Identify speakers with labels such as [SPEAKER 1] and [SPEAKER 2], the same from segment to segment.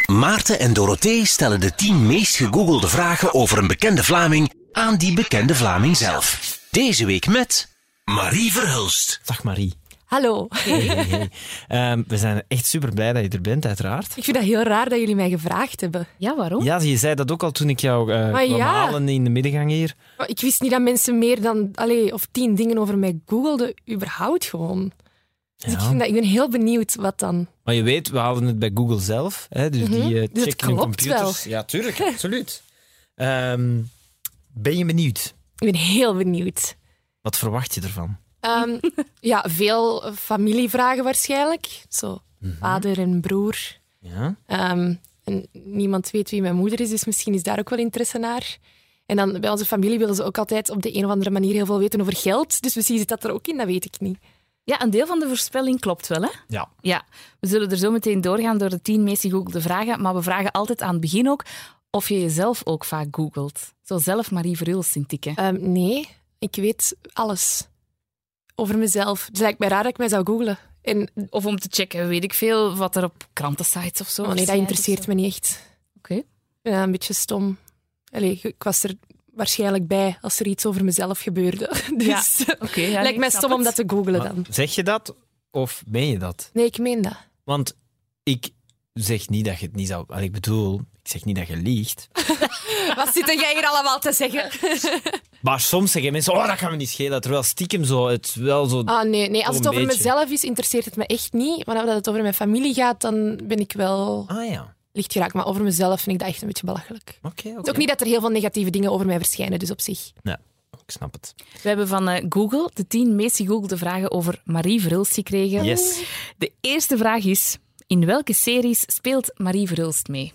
[SPEAKER 1] Maarten en Dorothee stellen de 10 meest gegoogelde vragen over een bekende Vlaming aan die bekende Vlaming zelf. Deze week met Marie Verhulst.
[SPEAKER 2] Dag Marie.
[SPEAKER 3] Hallo.
[SPEAKER 2] Hey. We zijn echt super blij dat je er bent, uiteraard.
[SPEAKER 3] Ik vind dat heel raar dat jullie mij gevraagd hebben.
[SPEAKER 4] Ja, waarom?
[SPEAKER 2] Ja, je zei dat ook al toen ik jou kwam halen in de middengang hier.
[SPEAKER 3] Maar ik wist niet dat mensen meer dan 10 dingen over mij googelden, überhaupt gewoon. Dus ik ben heel benieuwd wat dan.
[SPEAKER 2] Maar je weet, we halen het bij Google zelf. Hè, dus die
[SPEAKER 3] Dus het
[SPEAKER 2] checken hun
[SPEAKER 3] klopt
[SPEAKER 2] computers.
[SPEAKER 3] wel.
[SPEAKER 2] Ja, tuurlijk, absoluut. Ben je benieuwd?
[SPEAKER 3] Ik ben heel benieuwd.
[SPEAKER 2] Wat verwacht je ervan?
[SPEAKER 3] Veel familievragen waarschijnlijk. Zo, vader en broer.
[SPEAKER 2] Ja?
[SPEAKER 3] En niemand weet wie mijn moeder is, dus misschien is daar ook wel interesse naar. En dan bij onze familie willen ze ook altijd op de een of andere manier heel veel weten over geld. Dus misschien zit dat er ook in, dat weet ik niet.
[SPEAKER 4] Ja, een deel van de voorspelling klopt wel, hè?
[SPEAKER 2] Ja.
[SPEAKER 4] We zullen er zo meteen doorgaan door de 10 meest gegoogelde vragen, maar we vragen altijd aan het begin ook of je jezelf ook vaak googelt. Zo zelf Marie Verhulst intikken.
[SPEAKER 3] Nee, ik weet alles over mezelf. Het lijkt mij raar dat ik mij zou googlen.
[SPEAKER 4] Of om te checken, weet ik veel, wat er op krantensites of zo
[SPEAKER 3] Nee, dat
[SPEAKER 4] verschijnt
[SPEAKER 3] interesseert
[SPEAKER 4] of zo.
[SPEAKER 3] me niet echt.
[SPEAKER 4] Oké.
[SPEAKER 3] Ja, een beetje stom. Ik was er waarschijnlijk bij als er iets over mezelf gebeurde. Dus
[SPEAKER 4] Oké, ja,
[SPEAKER 3] lijkt mij stom om dat te googlen
[SPEAKER 2] Maar
[SPEAKER 3] dan.
[SPEAKER 2] zeg je dat of meen je dat?
[SPEAKER 3] Nee, ik meen dat.
[SPEAKER 2] Want ik zeg niet dat je het niet zou... Ik bedoel, ik zeg niet dat je liegt.
[SPEAKER 3] Wat zit jij hier allemaal te zeggen?
[SPEAKER 2] Maar soms zeggen mensen, dat kan me niet schelen. Terwijl stiekem zo, het wel zo...
[SPEAKER 3] Nee, als het
[SPEAKER 2] een
[SPEAKER 3] over
[SPEAKER 2] beetje.
[SPEAKER 3] mezelf is, interesseert het me echt niet. Maar als het over mijn familie gaat, dan ben ik wel
[SPEAKER 2] Ah ja,
[SPEAKER 3] licht geraakt. Maar over mezelf vind ik dat echt een beetje belachelijk.
[SPEAKER 2] oké.
[SPEAKER 3] Het is ook niet dat er heel veel negatieve dingen over mij verschijnen, dus op zich.
[SPEAKER 2] Ja, ik snap het.
[SPEAKER 4] We hebben van Google de 10 meest gegoogelde vragen over Marie Verhulst gekregen.
[SPEAKER 2] Yes.
[SPEAKER 4] De eerste vraag is, in welke series speelt Marie Verhulst mee?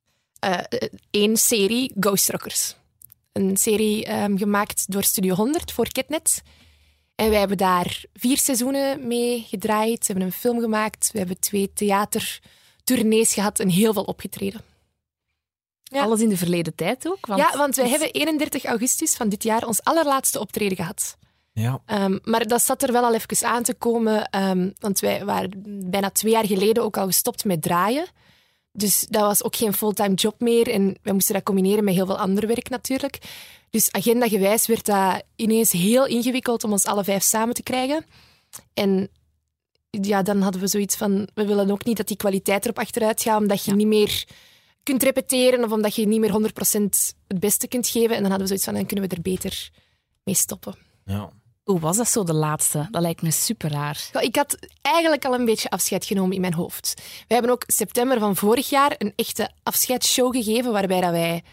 [SPEAKER 3] Eén serie, Ghost Rockers. Een serie gemaakt door Studio 100 voor Ketnet. En wij hebben daar 4 seizoenen mee gedraaid. We hebben een film gemaakt. We hebben 2 theatertournees gehad en heel veel opgetreden. Ja.
[SPEAKER 4] Alles in de verleden tijd ook?
[SPEAKER 3] Want wij hebben 31 augustus van dit jaar ons allerlaatste optreden gehad.
[SPEAKER 2] Ja.
[SPEAKER 3] Maar dat zat er wel al even aan te komen, want wij waren bijna 2 jaar geleden ook al gestopt met draaien. Dus dat was ook geen fulltime job meer en wij moesten dat combineren met heel veel ander werk natuurlijk. Dus agendagewijs werd dat ineens heel ingewikkeld om ons alle 5 samen te krijgen. En ja, dan hadden we zoiets van, we willen ook niet dat die kwaliteit erop achteruit gaat, omdat je niet meer kunt repeteren of omdat je niet meer 100% het beste kunt geven. En dan hadden we zoiets van, dan kunnen we er beter mee stoppen.
[SPEAKER 2] Ja.
[SPEAKER 4] Hoe was dat zo, de laatste? Dat lijkt me super raar.
[SPEAKER 3] Ik had eigenlijk al een beetje afscheid genomen in mijn hoofd. We hebben ook september van vorig jaar een echte afscheidsshow gegeven, waarbij dat wij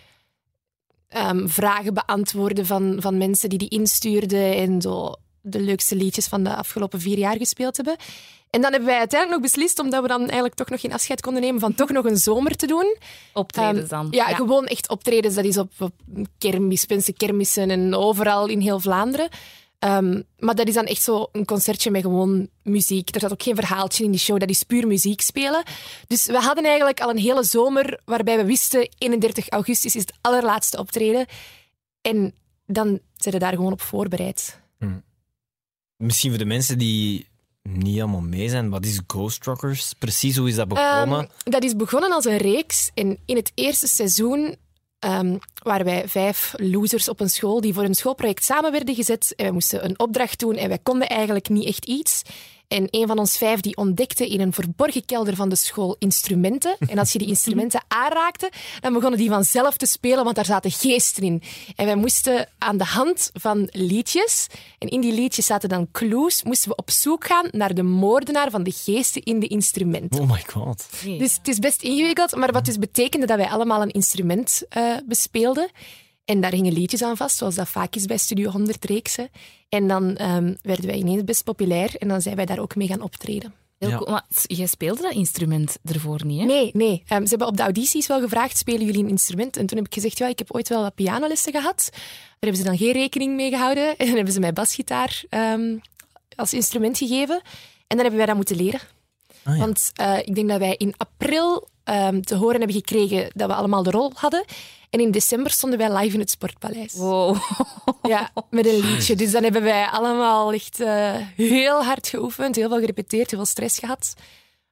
[SPEAKER 3] vragen beantwoorden van mensen die instuurden en zo de leukste liedjes van de afgelopen 4 jaar gespeeld hebben. En dan hebben wij uiteindelijk nog beslist, omdat we dan eigenlijk toch nog geen afscheid konden nemen, van toch nog een zomer te doen.
[SPEAKER 4] Optredens dan?
[SPEAKER 3] Ja, gewoon echt optredens. Dat is op kermissen en overal in heel Vlaanderen. Maar dat is dan echt zo een concertje met gewoon muziek. Er zat ook geen verhaaltje in die show, dat is puur muziek spelen. Dus we hadden eigenlijk al een hele zomer waarbij we wisten, 31 augustus is het allerlaatste optreden. En dan zijn we daar gewoon op voorbereid.
[SPEAKER 2] Misschien voor de mensen die niet allemaal mee zijn, wat is Ghost Rockers? Precies, hoe is dat begonnen?
[SPEAKER 3] Dat is begonnen als een reeks. En in het eerste seizoen waren wij 5 losers op een school die voor een schoolproject samen werden gezet. En wij moesten een opdracht doen en wij konden eigenlijk niet echt iets. En een van ons 5 die ontdekte in een verborgen kelder van de school instrumenten. En als je die instrumenten aanraakte, dan begonnen die vanzelf te spelen, want daar zaten geesten in. En wij moesten aan de hand van liedjes, en in die liedjes zaten dan clues, moesten we op zoek gaan naar de moordenaar van de geesten in de instrumenten.
[SPEAKER 2] Oh my god.
[SPEAKER 3] Dus het is best ingewikkeld, maar wat dus betekende dat wij allemaal een instrument bespeelden. En daar hingen liedjes aan vast, zoals dat vaak is bij Studio 100 reeksen. En dan werden wij ineens best populair en dan zijn wij daar ook mee gaan optreden.
[SPEAKER 4] Heel cool. Maar jij speelde dat instrument ervoor niet, hè?
[SPEAKER 3] Nee. Ze hebben op de audities wel gevraagd, spelen jullie een instrument? En toen heb ik gezegd, ja, ik heb ooit wel wat pianolessen gehad. Daar hebben ze dan geen rekening mee gehouden. En dan hebben ze mij basgitaar als instrument gegeven. En dan hebben wij dat moeten leren.
[SPEAKER 2] Ah, ja.
[SPEAKER 3] Want ik denk dat wij in april te horen hebben gekregen dat we allemaal de rol hadden. En in december stonden wij live in het Sportpaleis.
[SPEAKER 4] Wow.
[SPEAKER 3] Ja, met een liedje. Dus dan hebben wij allemaal echt heel hard geoefend, heel veel gerepeteerd, heel veel stress gehad.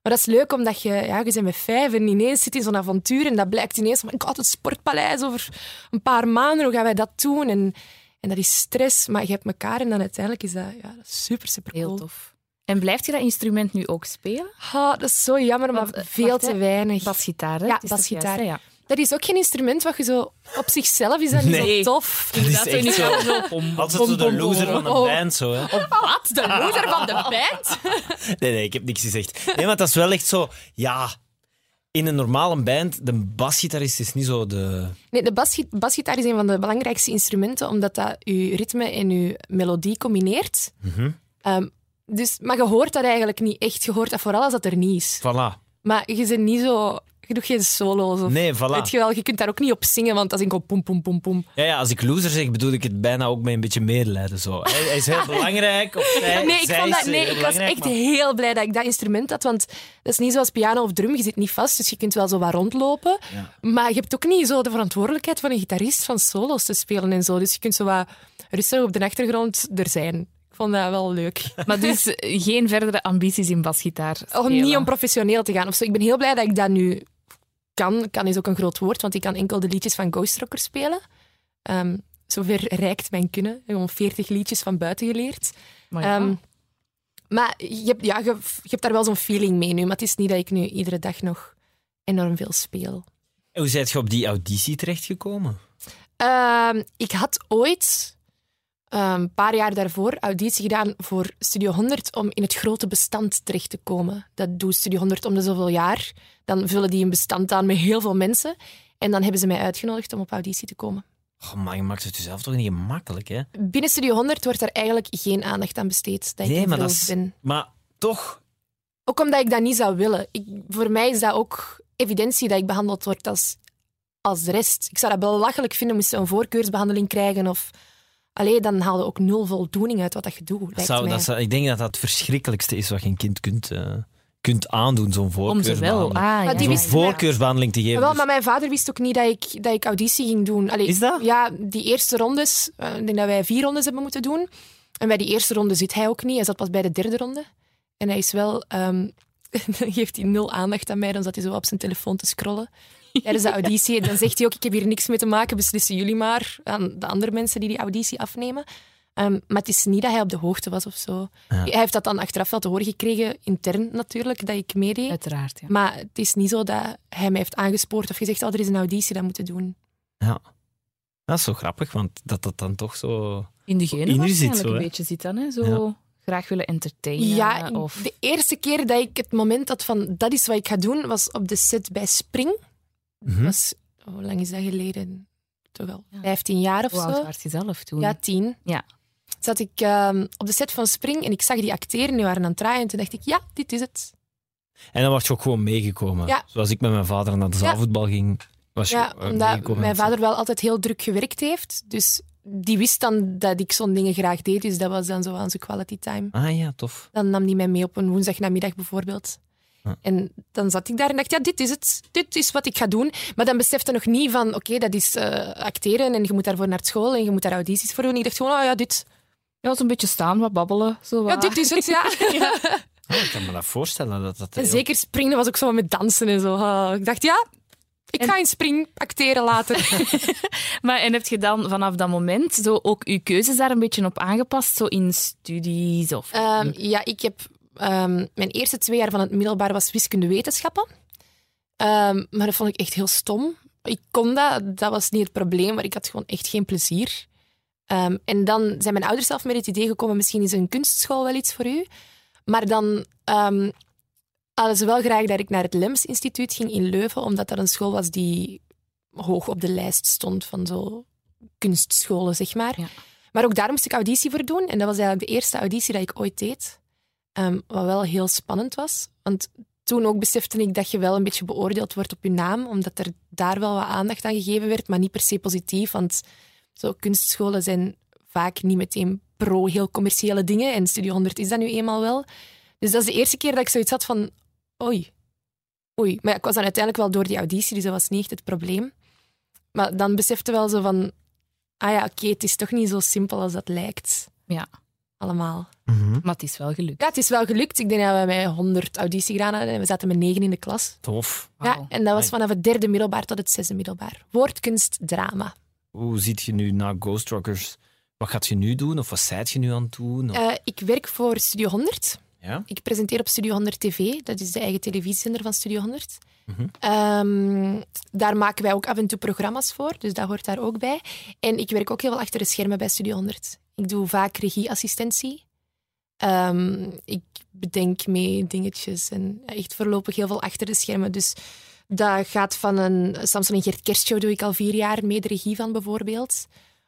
[SPEAKER 3] Maar dat is leuk, omdat je bent met 5 en ineens zit in zo'n avontuur en dat blijkt ineens van, ik had het Sportpaleis over een paar maanden, hoe gaan wij dat doen? En dat is stress, maar je hebt elkaar en dan uiteindelijk is dat, dat is super, super cool.
[SPEAKER 4] Heel tof. En blijft je dat instrument nu ook spelen?
[SPEAKER 3] Dat is zo jammer, maar veel te weinig.
[SPEAKER 4] Basgitaar, hè?
[SPEAKER 3] Ja,
[SPEAKER 4] Het is toch
[SPEAKER 3] basgitaar.
[SPEAKER 4] juist, hè? Ja.
[SPEAKER 3] Dat is ook geen instrument wat je zo... Op zichzelf is dat niet
[SPEAKER 2] Nee.
[SPEAKER 3] zo tof.
[SPEAKER 2] Dat is
[SPEAKER 4] Inderdaad,
[SPEAKER 2] echt
[SPEAKER 4] zo
[SPEAKER 2] zo. Altijd zo de loser van een band. Zo, hè.
[SPEAKER 3] Wat? De loser van de band?
[SPEAKER 2] Nee, ik heb niks gezegd. Nee, maar dat is wel echt zo... Ja, in een normale band, de basgitarist is niet zo de...
[SPEAKER 3] Nee, de basgitaar is een van de belangrijkste instrumenten, omdat dat je ritme en je melodie combineert. Maar je hoort dat eigenlijk niet echt. Je hoort dat vooral als dat er niet is.
[SPEAKER 2] Voilà.
[SPEAKER 3] Maar je bent niet zo... Je doet geen solo's. Of,
[SPEAKER 2] Nee, voilà.
[SPEAKER 3] Weet je wel, je kunt daar ook niet op zingen, want dat is enkel pom, pom, pom, pom.
[SPEAKER 2] Ja, als ik loser zeg, bedoel ik het bijna ook met een beetje medelijden. Zo. Hij is heel belangrijk. Of zij,
[SPEAKER 3] Nee, ik was
[SPEAKER 2] belangrijk,
[SPEAKER 3] echt
[SPEAKER 2] maar-
[SPEAKER 3] heel blij dat ik dat instrument had, want dat is niet zoals piano of drum, je zit niet vast, dus je kunt wel zo wat rondlopen.
[SPEAKER 2] Ja.
[SPEAKER 3] Maar je hebt ook niet zo de verantwoordelijkheid van een gitarist van solo's te spelen en zo. Dus je kunt zo wat rustig op de achtergrond er zijn. Ik vond dat wel leuk.
[SPEAKER 4] Maar dus geen verdere ambities in basgitaar spelen?
[SPEAKER 3] Niet om professioneel te gaan of zo. Ik ben heel blij dat ik dat nu kan. Kan is ook een groot woord, want ik kan enkel de liedjes van Ghost Rocker spelen. Zover reikt mijn kunnen. Ik heb gewoon 40 liedjes van buiten geleerd.
[SPEAKER 4] Maar ja.
[SPEAKER 3] Maar je hebt daar wel zo'n feeling mee nu. Maar het is niet dat ik nu iedere dag nog enorm veel speel.
[SPEAKER 2] En hoe zijt je op die auditie terechtgekomen?
[SPEAKER 3] Ik had ooit, een paar jaar daarvoor, auditie gedaan voor Studio 100 om in het grote bestand terecht te komen. Dat doet Studio 100 om de zoveel jaar. Dan vullen die een bestand aan met heel veel mensen. En dan hebben ze mij uitgenodigd om op auditie te komen.
[SPEAKER 2] Oh, maar je maakt het jezelf toch niet gemakkelijk, hè?
[SPEAKER 3] Binnen Studio 100 wordt daar eigenlijk geen aandacht aan besteed. Dat ik
[SPEAKER 2] Nee, maar
[SPEAKER 3] verloofd ben.
[SPEAKER 2] Maar toch...
[SPEAKER 3] Ook omdat ik dat niet zou willen. Voor mij is dat ook evidentie dat ik behandeld word als de rest. Ik zou dat belachelijk vinden, moest je een voorkeursbehandeling krijgen of... Allee, dan haal je ook 0 voldoening uit wat dat je doet, lijkt mij.
[SPEAKER 2] Ik denk dat dat het verschrikkelijkste is wat je een kind kunt aandoen, zo'n
[SPEAKER 4] Om ze wel.
[SPEAKER 2] voorkeursbehandeling.
[SPEAKER 3] Maar die
[SPEAKER 2] Zo'n
[SPEAKER 3] wist-
[SPEAKER 2] voorkeursbehandeling te geven.
[SPEAKER 3] Wel,
[SPEAKER 2] Dus-
[SPEAKER 3] maar mijn vader wist ook niet dat ik auditie ging doen. Allee,
[SPEAKER 2] Is dat?
[SPEAKER 3] Ja, die eerste rondes. Ik denk dat wij 4 rondes hebben moeten doen. En bij die eerste ronde zit hij ook niet. Hij zat pas bij de 3e ronde. En hij is wel... dan geeft hij 0 aandacht aan mij. Dan zat hij zo op zijn telefoon te scrollen. Tijdens de auditie. Dan zegt hij ook, ik heb hier niks mee te maken. Beslissen jullie maar aan de andere mensen die auditie afnemen. Maar het is niet dat hij op de hoogte was of zo.
[SPEAKER 2] Ja.
[SPEAKER 3] Hij heeft dat dan achteraf wel te horen gekregen, intern natuurlijk, dat ik meedeed.
[SPEAKER 4] Uiteraard, ja.
[SPEAKER 3] Maar het is niet zo dat hij mij heeft aangespoord of gezegd, er is een auditie, dat moeten doen.
[SPEAKER 2] Ja. Dat is zo grappig, want dat dan toch zo...
[SPEAKER 4] In de genen
[SPEAKER 2] in u
[SPEAKER 4] waarschijnlijk
[SPEAKER 2] zit zo, hè?
[SPEAKER 4] een beetje zit dan, hè? Zo graag willen entertainen.
[SPEAKER 3] Ja,
[SPEAKER 4] of...
[SPEAKER 3] de eerste keer dat ik het moment had van dat is wat ik ga doen, was op de set bij Spring. Dat was, hoe lang is dat geleden? Toch wel 15 jaar of
[SPEAKER 4] Hoe oud
[SPEAKER 3] zo.
[SPEAKER 4] was je zelf toen?
[SPEAKER 3] Ja, 10.
[SPEAKER 4] Ja.
[SPEAKER 3] Zat ik op de set van Spring en ik zag die acteren, die waren aan het draaien. En toen dacht ik, ja, dit is het.
[SPEAKER 2] En dan was je ook gewoon meegekomen.
[SPEAKER 3] Ja.
[SPEAKER 2] Zoals ik met mijn vader naar de zaalvoetbal ging, was je
[SPEAKER 3] Ja, omdat
[SPEAKER 2] meegekomen.
[SPEAKER 3] mijn vader wel altijd heel druk gewerkt heeft. Dus die wist dan dat ik zo'n dingen graag deed. Dus dat was dan zo aan zijn quality time.
[SPEAKER 2] Ah ja, tof.
[SPEAKER 3] Dan nam hij mij mee op een woensdagnamiddag bijvoorbeeld.
[SPEAKER 2] Ja.
[SPEAKER 3] En dan zat ik daar en dacht, ja, dit is het. Dit is wat ik ga doen. Maar dan besefte nog niet van, oké, dat is acteren en je moet daarvoor naar school en je moet daar audities voor doen. Ik dacht gewoon, oh ja, dit.
[SPEAKER 4] Ja, zo'n beetje staan, wat babbelen. Zo
[SPEAKER 3] Ja,
[SPEAKER 4] wat.
[SPEAKER 3] dit is het, ja.
[SPEAKER 2] Ik kan me dat voorstellen. Dat
[SPEAKER 3] En zeker springen was ook zo met dansen en zo. Ik dacht, ja, ik ga in Spring acteren later.
[SPEAKER 4] Maar en heb je dan vanaf dat moment zo ook je keuzes daar een beetje op aangepast? Zo in studies of...
[SPEAKER 3] Ja, ik heb... mijn eerste 2 jaar van het middelbaar was wiskunde-wetenschappen. Maar dat vond ik echt heel stom. Ik kon dat was niet het probleem, maar ik had gewoon echt geen plezier. En dan zijn mijn ouders zelf met het idee gekomen, misschien is een kunstschool wel iets voor u. Maar dan hadden ze wel graag dat ik naar het Lems Instituut ging in Leuven, omdat dat een school was die hoog op de lijst stond van zo kunstscholen, zeg maar.
[SPEAKER 4] Ja.
[SPEAKER 3] Maar ook daar moest ik auditie voor doen. En dat was eigenlijk de eerste auditie dat ik ooit deed. Wat wel heel spannend was. Want toen ook besefte ik dat je wel een beetje beoordeeld wordt op je naam, omdat er daar wel wat aandacht aan gegeven werd, maar niet per se positief. Want zo kunstscholen zijn vaak niet meteen pro heel commerciële dingen. En Studio 100 is dat nu eenmaal wel. Dus dat is de eerste keer dat ik zoiets had van... Oei. Maar ja, ik was dan uiteindelijk wel door die auditie, dus dat was niet echt het probleem. Maar dan besefte wel zo van... Ah ja, oké, het is toch niet zo simpel als dat lijkt.
[SPEAKER 4] Ja.
[SPEAKER 3] allemaal.
[SPEAKER 4] Maar het is wel gelukt.
[SPEAKER 3] Ja, het is wel gelukt. Ik denk dat we met 100 auditie gedaan hadden en we zaten met 9 in de klas.
[SPEAKER 2] Tof.
[SPEAKER 3] Ja,
[SPEAKER 4] Wauw.
[SPEAKER 3] en dat was vanaf het 3e middelbaar tot het 6e middelbaar. Woordkunst, drama.
[SPEAKER 2] Hoe ziet je nu na Ghost Rockers? Wat gaat je nu doen? Of wat zijt je nu aan het doen? Of-
[SPEAKER 3] Ik werk voor Studio 100.
[SPEAKER 2] ja?
[SPEAKER 3] Ik presenteer op Studio 100 TV. Dat is de eigen televisiezender van Studio 100. Daar maken wij ook af en toe programma's voor, dus dat hoort daar ook bij. En ik werk ook heel veel achter de schermen bij Studio 100. Ik doe vaak regieassistentie. Ik bedenk mee dingetjes en echt voorlopig heel veel achter de schermen. Dus dat gaat van een Samson en Gert kerstshow doe ik al 4 jaar mee de regie van bijvoorbeeld.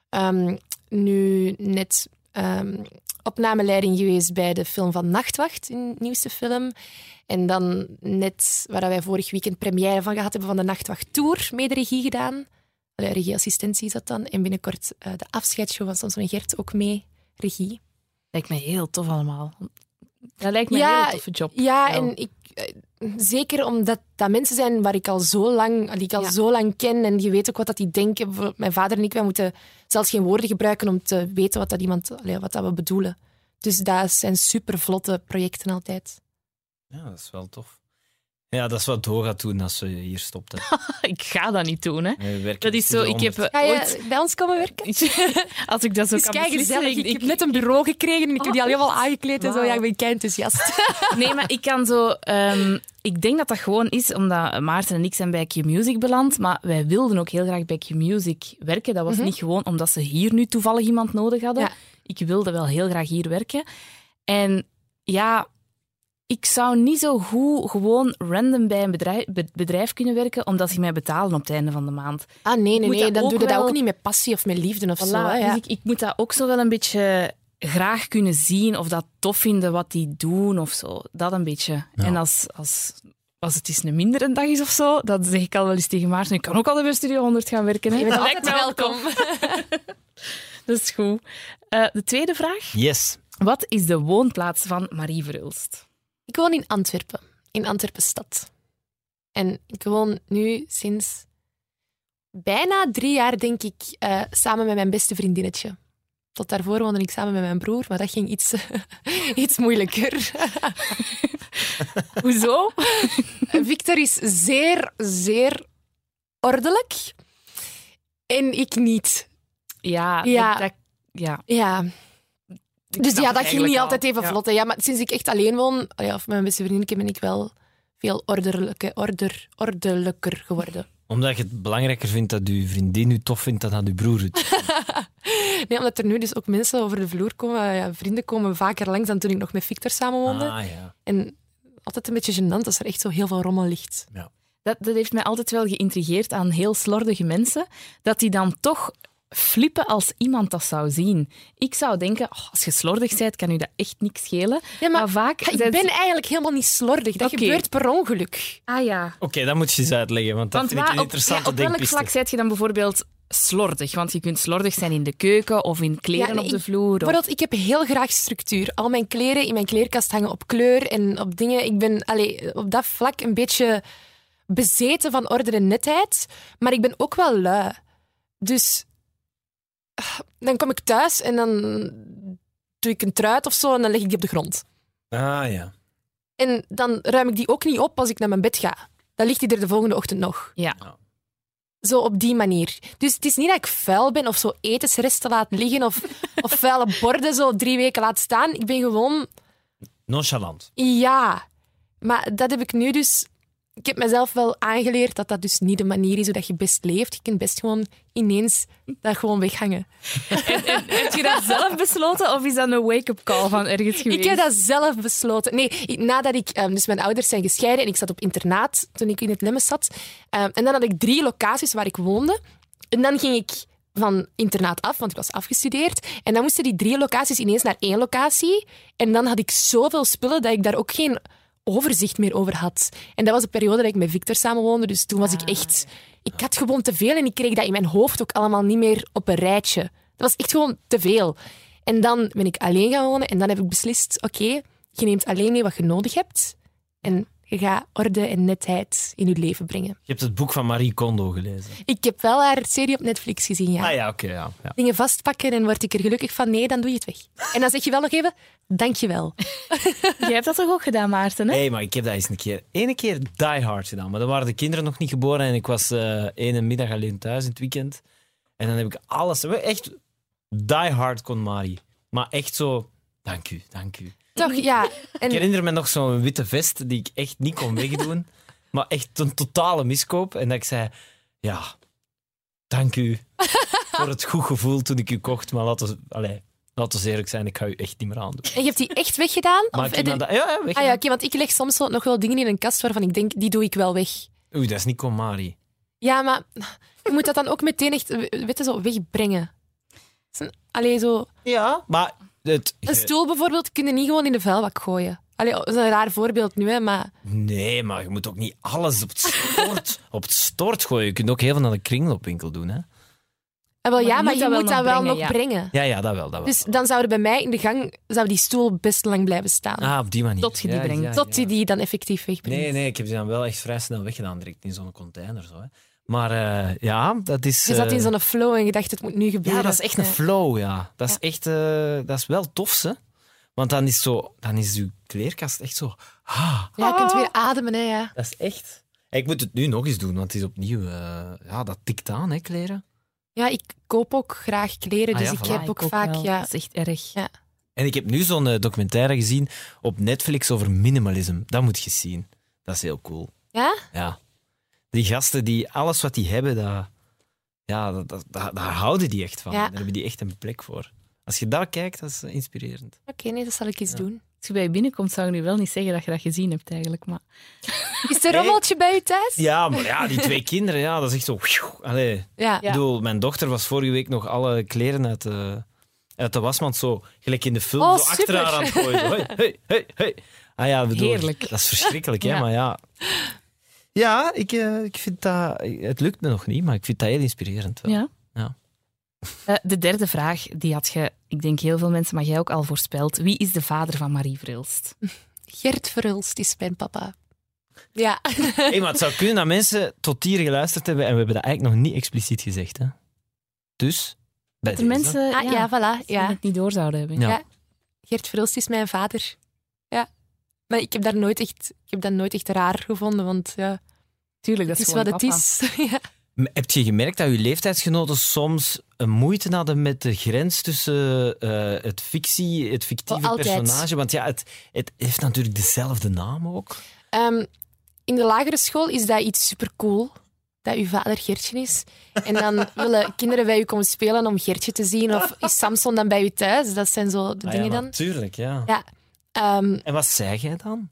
[SPEAKER 3] Nu net opnameleiding geweest bij de film van Nachtwacht, een nieuwste film. En dan net, waar wij vorig weekend première van gehad hebben, van de Nachtwacht Tour, mee de regie gedaan. Regieassistentie is dat dan. En binnenkort de afscheidsshow van Samson en Gert ook mee, regie.
[SPEAKER 4] Lijkt me heel tof allemaal. Dat lijkt me een heel toffe job.
[SPEAKER 3] Ja,
[SPEAKER 4] Wel.
[SPEAKER 3] en ik, zeker omdat dat mensen zijn waar ik al zo lang ken en je weet ook wat dat die denken. Bijvoorbeeld mijn vader en ik, wij moeten zelfs geen woorden gebruiken om te weten wat dat we bedoelen. Dus dat zijn super vlotte projecten altijd.
[SPEAKER 2] Ja, dat is wel tof. Ja, dat is wat Door gaat doen als ze hier stopt. Hè.
[SPEAKER 4] Ik ga dat niet doen, hè.
[SPEAKER 2] We werken
[SPEAKER 4] Dat is zo, ik heb
[SPEAKER 3] Ga je
[SPEAKER 4] ooit...
[SPEAKER 3] bij ons komen werken?
[SPEAKER 4] Als ik dat zo
[SPEAKER 3] Dus
[SPEAKER 4] kan
[SPEAKER 3] kijk
[SPEAKER 4] beslissen...
[SPEAKER 3] gezellig. Ik heb net een bureau gekregen en ik heb die al helemaal aangekleed en zo. Ja, ik ben kei enthousiast.
[SPEAKER 4] Nee, maar ik kan zo... ik denk dat dat gewoon is omdat Maarten en ik zijn bij Q-Music beland, maar wij wilden ook heel graag bij Q-Music werken. Dat was niet gewoon omdat ze hier nu toevallig iemand nodig hadden.
[SPEAKER 3] Ja.
[SPEAKER 4] Ik wilde wel heel graag hier werken. En ja... Ik zou niet zo goed gewoon random bij een bedrijf kunnen werken, omdat ze mij betalen op het einde van de maand.
[SPEAKER 3] Ah, nee.
[SPEAKER 4] Moet dat
[SPEAKER 3] Dan
[SPEAKER 4] ook
[SPEAKER 3] doe je dat
[SPEAKER 4] wel-
[SPEAKER 3] ook niet met passie of met liefde of
[SPEAKER 4] Voilà,
[SPEAKER 3] zo. Hè, ja.
[SPEAKER 4] Dus ik moet dat ook zo wel een beetje graag kunnen zien of dat tof vinden wat die doen of zo. Dat een beetje.
[SPEAKER 2] Ja.
[SPEAKER 4] En als het eens een mindere dag is of zo, dan zeg ik al wel eens tegen Maarten, ik kan ook al bij Studio 100 gaan werken. Hè.
[SPEAKER 3] Je bent
[SPEAKER 4] Dat
[SPEAKER 3] altijd
[SPEAKER 4] lijkt me wel
[SPEAKER 3] welkom.
[SPEAKER 4] tof. Dat is goed. De tweede vraag.
[SPEAKER 2] Yes.
[SPEAKER 4] Wat is de woonplaats van Marie Verhulst?
[SPEAKER 3] Ik woon in Antwerpen, in Antwerpen-stad. En ik woon nu sinds bijna 3 jaar, denk ik, samen met mijn beste vriendinnetje. Tot daarvoor woonde ik samen met mijn broer, maar dat ging iets moeilijker.
[SPEAKER 4] Hoezo?
[SPEAKER 3] Victor is zeer, zeer ordelijk. En ik niet.
[SPEAKER 4] Ja,
[SPEAKER 3] Ja.
[SPEAKER 4] ja.
[SPEAKER 3] Ja. Dus
[SPEAKER 4] snap
[SPEAKER 3] ja,
[SPEAKER 4] het
[SPEAKER 3] dat ging niet
[SPEAKER 4] eigenlijk
[SPEAKER 3] altijd
[SPEAKER 4] al.
[SPEAKER 3] even
[SPEAKER 4] Ja.
[SPEAKER 3] vlot. Hè. Ja, maar sinds ik echt alleen woon, of met mijn beste vriendinnetje, ben ik wel veel ordelijker geworden.
[SPEAKER 2] Omdat je het belangrijker vindt dat je vriendin je tof vindt dan dat je broer het.
[SPEAKER 3] Nee, omdat er nu dus ook mensen over de vloer komen. Ja, vrienden komen vaker langs dan toen ik nog met Victor samenwoonde.
[SPEAKER 2] Ah, ja.
[SPEAKER 3] En altijd een beetje gênant als er echt zo heel veel rommel ligt.
[SPEAKER 4] Dat heeft mij altijd wel geïntrigeerd aan heel slordige mensen, dat die dan toch flippen als iemand dat zou zien. Ik zou denken, als je slordig bent, kan u dat echt niks schelen.
[SPEAKER 3] Ja, maar
[SPEAKER 4] vaak...
[SPEAKER 3] ik
[SPEAKER 4] zijn
[SPEAKER 3] ben
[SPEAKER 4] ze-
[SPEAKER 3] eigenlijk helemaal niet slordig. Dat
[SPEAKER 4] Oké.
[SPEAKER 3] gebeurt per ongeluk.
[SPEAKER 4] Ah ja.
[SPEAKER 2] Oké, dat moet je eens uitleggen, want dat
[SPEAKER 4] Want
[SPEAKER 2] vind ik een
[SPEAKER 4] op
[SPEAKER 2] interessante
[SPEAKER 4] welk
[SPEAKER 2] denkpiste.
[SPEAKER 4] vlak zet je dan bijvoorbeeld slordig? Want je kunt slordig zijn in de keuken of in kleren
[SPEAKER 3] Ja,
[SPEAKER 4] op de vloer. Of...
[SPEAKER 3] Bijvoorbeeld, ik heb heel graag structuur. Al mijn kleren in mijn kleerkast hangen op kleur en op dingen. Ik ben op dat vlak een beetje bezeten van orde en netheid. Maar ik ben ook wel lui. Dus dan kom ik thuis en dan doe ik een trui uit of zo en dan leg ik die op de grond.
[SPEAKER 2] Ah, ja.
[SPEAKER 3] En dan ruim ik die ook niet op als ik naar mijn bed ga. Dan ligt die er de volgende ochtend nog.
[SPEAKER 4] Ja.
[SPEAKER 3] Zo op die manier. Dus het is niet dat ik vuil ben of zo etensresten laat liggen of vuile borden zo 3 weken laat staan. Ik ben gewoon...
[SPEAKER 2] Nonchalant.
[SPEAKER 3] Ja. Maar dat heb ik nu dus... Ik heb mezelf wel aangeleerd dat dat dus niet de manier is hoe dat je best leeft. Je kunt best gewoon ineens dat gewoon weghangen.
[SPEAKER 4] En heb je dat zelf besloten of is dat een wake-up call van ergens geweest?
[SPEAKER 3] Ik heb dat zelf besloten. Nee, nadat ik... dus mijn ouders zijn gescheiden en ik zat op internaat toen ik in het Lemmes zat. En dan had ik 3 locaties waar ik woonde. En dan ging ik van internaat af, want ik was afgestudeerd. En dan moesten die 3 locaties ineens naar 1 locatie. En dan had ik zoveel spullen dat ik daar ook geen overzicht meer over had. En dat was de periode dat ik met Victor samenwoonde. Dus toen was ik echt... Ik had gewoon te veel en ik kreeg dat in mijn hoofd ook allemaal niet meer op een rijtje. Dat was echt gewoon te veel. En dan ben ik alleen gaan wonen en dan heb ik beslist, oké, je neemt alleen mee wat je nodig hebt en Je gaat orde en netheid in je leven brengen.
[SPEAKER 2] Je hebt het boek van Marie Kondo gelezen.
[SPEAKER 3] Ik heb wel haar serie op Netflix gezien, ja.
[SPEAKER 2] Ah ja, oké. Ja.
[SPEAKER 3] Dingen vastpakken en word ik er gelukkig van? Nee, dan doe je het weg. En dan zeg je wel nog even, dankjewel.
[SPEAKER 4] Jij hebt dat toch ook gedaan, Maarten? Hè?
[SPEAKER 2] Nee, maar ik heb dat eens ene keer Die Hard gedaan. Maar dan waren de kinderen nog niet geboren en ik was ene middag alleen thuis in het weekend. En dan heb ik alles... Echt Die Hard kon Marie. Maar echt zo... Dank u.
[SPEAKER 3] Toch, ja. En
[SPEAKER 2] Ik herinner me nog zo'n witte vest die ik echt niet kon wegdoen. Maar echt een totale miskoop. En dat ik zei... Ja, dank u voor het goed gevoel toen ik u kocht. Maar laten we eerlijk zijn, ik ga u echt niet meer aandoen.
[SPEAKER 3] je hebt die echt weggedaan?
[SPEAKER 2] Maar
[SPEAKER 3] Of
[SPEAKER 2] ik heb dat... Ja, weg.
[SPEAKER 3] Ah ja, oké, want ik leg soms nog wel dingen in een kast waarvan ik denk, die doe ik wel weg.
[SPEAKER 2] Oei, dat is niet Marie.
[SPEAKER 3] Ja, maar je moet dat dan ook meteen echt, weet je, zo wegbrengen. Allee, zo...
[SPEAKER 2] Ja, maar...
[SPEAKER 3] Een stoel bijvoorbeeld kun je niet gewoon in de vuilbak gooien. Allee, dat is een raar voorbeeld nu, hè, maar...
[SPEAKER 2] Nee, maar je moet ook niet alles op het stort gooien. Je kunt ook heel veel naar de kringloopwinkel doen, hè?
[SPEAKER 3] Maar je moet dat wel nog
[SPEAKER 4] ja.
[SPEAKER 3] brengen.
[SPEAKER 2] Ja, dat wel.
[SPEAKER 3] Dus dan zou er bij mij in de gang die stoel best lang blijven staan.
[SPEAKER 2] Ah, op die manier.
[SPEAKER 4] Tot je die brengt.
[SPEAKER 3] Tot je die dan effectief wegbrengt.
[SPEAKER 2] Nee, ik heb die dan wel echt vrij snel weggedaan, direct in zo'n container. Zo, hè. Maar ja, dat is...
[SPEAKER 3] Je zat in zo'n flow en je dacht, het moet nu gebeuren.
[SPEAKER 2] Ja, dat is echt een flow, ja. Dat is echt... dat is wel tof, hè. Want dan is uw kleerkast echt zo...
[SPEAKER 3] Ja, je kunt weer ademen, hè, ja.
[SPEAKER 2] Dat is echt... Ik moet het nu nog eens doen, want het is opnieuw... dat tikt aan, hè, kleren.
[SPEAKER 3] Ja, ik koop ook graag kleren, dus
[SPEAKER 2] ja,
[SPEAKER 3] ik
[SPEAKER 2] voilà.
[SPEAKER 3] heb ook vaak...
[SPEAKER 4] wel.
[SPEAKER 3] Ja,
[SPEAKER 4] Dat is echt erg.
[SPEAKER 3] ja.
[SPEAKER 2] En ik heb nu zo'n documentaire gezien op Netflix over minimalisme. Dat moet je zien. Dat is heel cool.
[SPEAKER 3] Ja?
[SPEAKER 2] Ja. Die gasten, die alles wat die hebben, daar houden die echt van.
[SPEAKER 3] Ja.
[SPEAKER 2] Daar hebben die echt een plek voor. Als je dat kijkt, dat is inspirerend.
[SPEAKER 3] Oké, nee, dat zal ik eens doen.
[SPEAKER 4] Als je bij je binnenkomt, zou je nu wel niet zeggen dat je dat gezien hebt, eigenlijk. Maar...
[SPEAKER 3] Is er een rommeltje bij u thuis?
[SPEAKER 2] Ja, maar ja, die twee kinderen, ja, dat is echt zo... Allee.
[SPEAKER 3] Ja.
[SPEAKER 2] Ik bedoel, mijn dochter was vorige week nog alle kleren uit de wasmand zo, gelijk in de film,
[SPEAKER 3] Oh,
[SPEAKER 2] zo achter
[SPEAKER 3] super.
[SPEAKER 2] haar aan het gooien. Hey. Ah ja, bedoel,
[SPEAKER 4] Heerlijk.
[SPEAKER 2] Dat is verschrikkelijk, hè,
[SPEAKER 4] Ja.
[SPEAKER 2] maar ja... Ja, ik vind dat... Het lukt me nog niet, maar ik vind dat heel inspirerend wel.
[SPEAKER 4] Ja.
[SPEAKER 2] Ja.
[SPEAKER 4] De derde vraag, die had je, ik denk heel veel mensen, maar jij ook al voorspeld. Wie is de vader van Marie Verhulst?
[SPEAKER 3] Gert Verhulst is mijn papa. Ja.
[SPEAKER 2] Hey, maar het zou kunnen dat mensen tot hier geluisterd hebben en we hebben dat eigenlijk nog niet expliciet gezegd. Hè? Dus... bij
[SPEAKER 4] Dat er
[SPEAKER 2] deze.
[SPEAKER 4] mensen
[SPEAKER 3] Ah, ja, voilà.
[SPEAKER 4] die
[SPEAKER 3] Ja.
[SPEAKER 4] het niet door zouden hebben.
[SPEAKER 2] Ja.
[SPEAKER 3] Ja. Gert Verhulst is mijn vader. Ja. Maar ik heb dat nooit echt raar gevonden, want ja,
[SPEAKER 4] Tuurlijk, dat
[SPEAKER 3] het
[SPEAKER 4] is
[SPEAKER 3] is
[SPEAKER 4] gewoon
[SPEAKER 3] wat
[SPEAKER 4] je
[SPEAKER 3] het
[SPEAKER 4] papa.
[SPEAKER 3] is. Ja.
[SPEAKER 2] Heb je gemerkt dat je leeftijdsgenoten soms een moeite hadden met de grens tussen het fictieve
[SPEAKER 3] Oh, altijd.
[SPEAKER 2] personage? Want ja, het heeft natuurlijk dezelfde naam ook.
[SPEAKER 3] In de lagere school is dat iets supercool, dat uw vader Gertje is. En dan willen kinderen bij u komen spelen om Gertje te zien. Of is Samson dan bij u thuis? Dat zijn zo de dingen dan.
[SPEAKER 2] Natuurlijk, ja.
[SPEAKER 3] Ja.
[SPEAKER 2] En wat zei jij dan?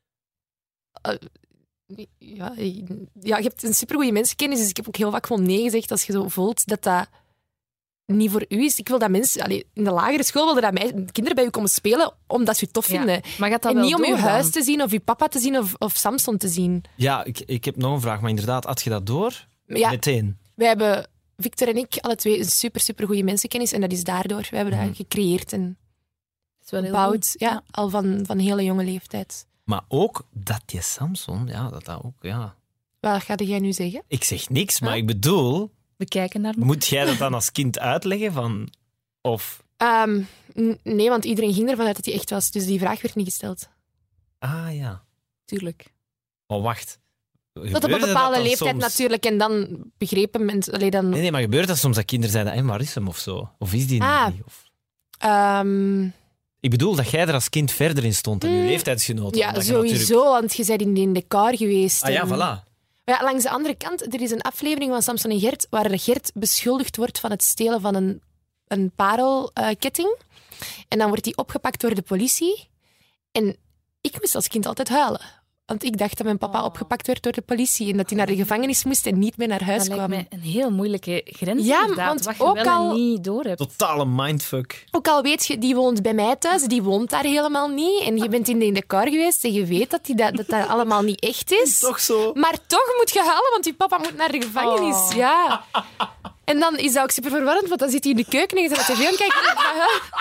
[SPEAKER 3] Ja, je hebt een supergoeie mensenkennis, dus ik heb ook heel vaak gewoon nee gezegd als je zo voelt dat dat niet voor u is. Ik wil dat mensen... in de lagere school wilden dat kinderen bij u komen spelen omdat ze u tof
[SPEAKER 4] Ja.
[SPEAKER 3] vinden.
[SPEAKER 4] Maar gaat dat
[SPEAKER 3] En
[SPEAKER 4] wel
[SPEAKER 3] niet om uw
[SPEAKER 4] door dan?
[SPEAKER 3] huis te zien of uw papa te zien of Samson te zien.
[SPEAKER 2] Ja, ik heb nog een vraag, maar inderdaad, had je dat door?
[SPEAKER 3] Ja,
[SPEAKER 2] Meteen.
[SPEAKER 3] wij hebben, Victor en ik, alle twee een supergoeie mensenkennis en dat is daardoor. We hebben dat gecreëerd en
[SPEAKER 4] Dat is wel heel
[SPEAKER 3] gebouwd.
[SPEAKER 4] goed.
[SPEAKER 3] Ja, al van hele jonge leeftijd.
[SPEAKER 2] Maar ook dat je Samson, ja, dat ook, ja.
[SPEAKER 3] Wat ga jij nu zeggen?
[SPEAKER 2] Ik zeg niks, maar ik bedoel,
[SPEAKER 4] We kijken naar...
[SPEAKER 2] moet jij dat dan als kind uitleggen van... Of...
[SPEAKER 3] Nee, want iedereen ging ervan uit dat hij echt was, dus die vraag werd niet gesteld.
[SPEAKER 2] Ah, ja.
[SPEAKER 4] Tuurlijk.
[SPEAKER 2] Maar wacht.
[SPEAKER 3] Tot op een
[SPEAKER 2] Gebeurde dat
[SPEAKER 3] bepaalde
[SPEAKER 2] dan
[SPEAKER 3] leeftijd
[SPEAKER 2] soms?
[SPEAKER 3] natuurlijk en dan begrepen mensen... Allee, dan...
[SPEAKER 2] Nee, maar gebeurt dat soms dat kinderen zeiden, hey, waar is hem of zo? Of is die
[SPEAKER 3] Ah.
[SPEAKER 2] niet? Of...
[SPEAKER 3] Ehm,
[SPEAKER 2] Ik bedoel dat jij er als kind verder in stond dan je leeftijdsgenoten.
[SPEAKER 3] ja,
[SPEAKER 2] omdat je
[SPEAKER 3] sowieso,
[SPEAKER 2] natuurlijk-
[SPEAKER 3] want je bent in de car geweest.
[SPEAKER 2] Ah ja,
[SPEAKER 3] en-
[SPEAKER 2] voilà.
[SPEAKER 3] Maar ja, langs de andere kant, er is een aflevering van Samson en Gert waar Gert beschuldigd wordt van het stelen van een parelketting. En dan wordt hij opgepakt door de politie. En ik moest als kind altijd huilen. Want ik dacht dat mijn papa opgepakt werd door de politie en dat hij naar de gevangenis moest en niet meer naar huis
[SPEAKER 4] Dat
[SPEAKER 3] kwam.
[SPEAKER 4] lijkt mij een heel moeilijke grens,
[SPEAKER 3] Ja,
[SPEAKER 4] inderdaad,
[SPEAKER 3] want
[SPEAKER 4] wat je
[SPEAKER 3] ook
[SPEAKER 4] wel
[SPEAKER 3] al-
[SPEAKER 4] en niet door hebt.
[SPEAKER 2] Totale mindfuck.
[SPEAKER 3] Ook al weet je, die woont bij mij thuis, die woont daar helemaal niet. En je bent in de car geweest en je weet dat allemaal niet echt is.
[SPEAKER 2] Toch zo?
[SPEAKER 3] Maar toch moet je huilen, want je papa moet naar de gevangenis.
[SPEAKER 4] Oh.
[SPEAKER 3] Ja. En dan is dat ook super verwarrend, want dan zit hij in de keuken en je zit naar de tv aan het kijken. En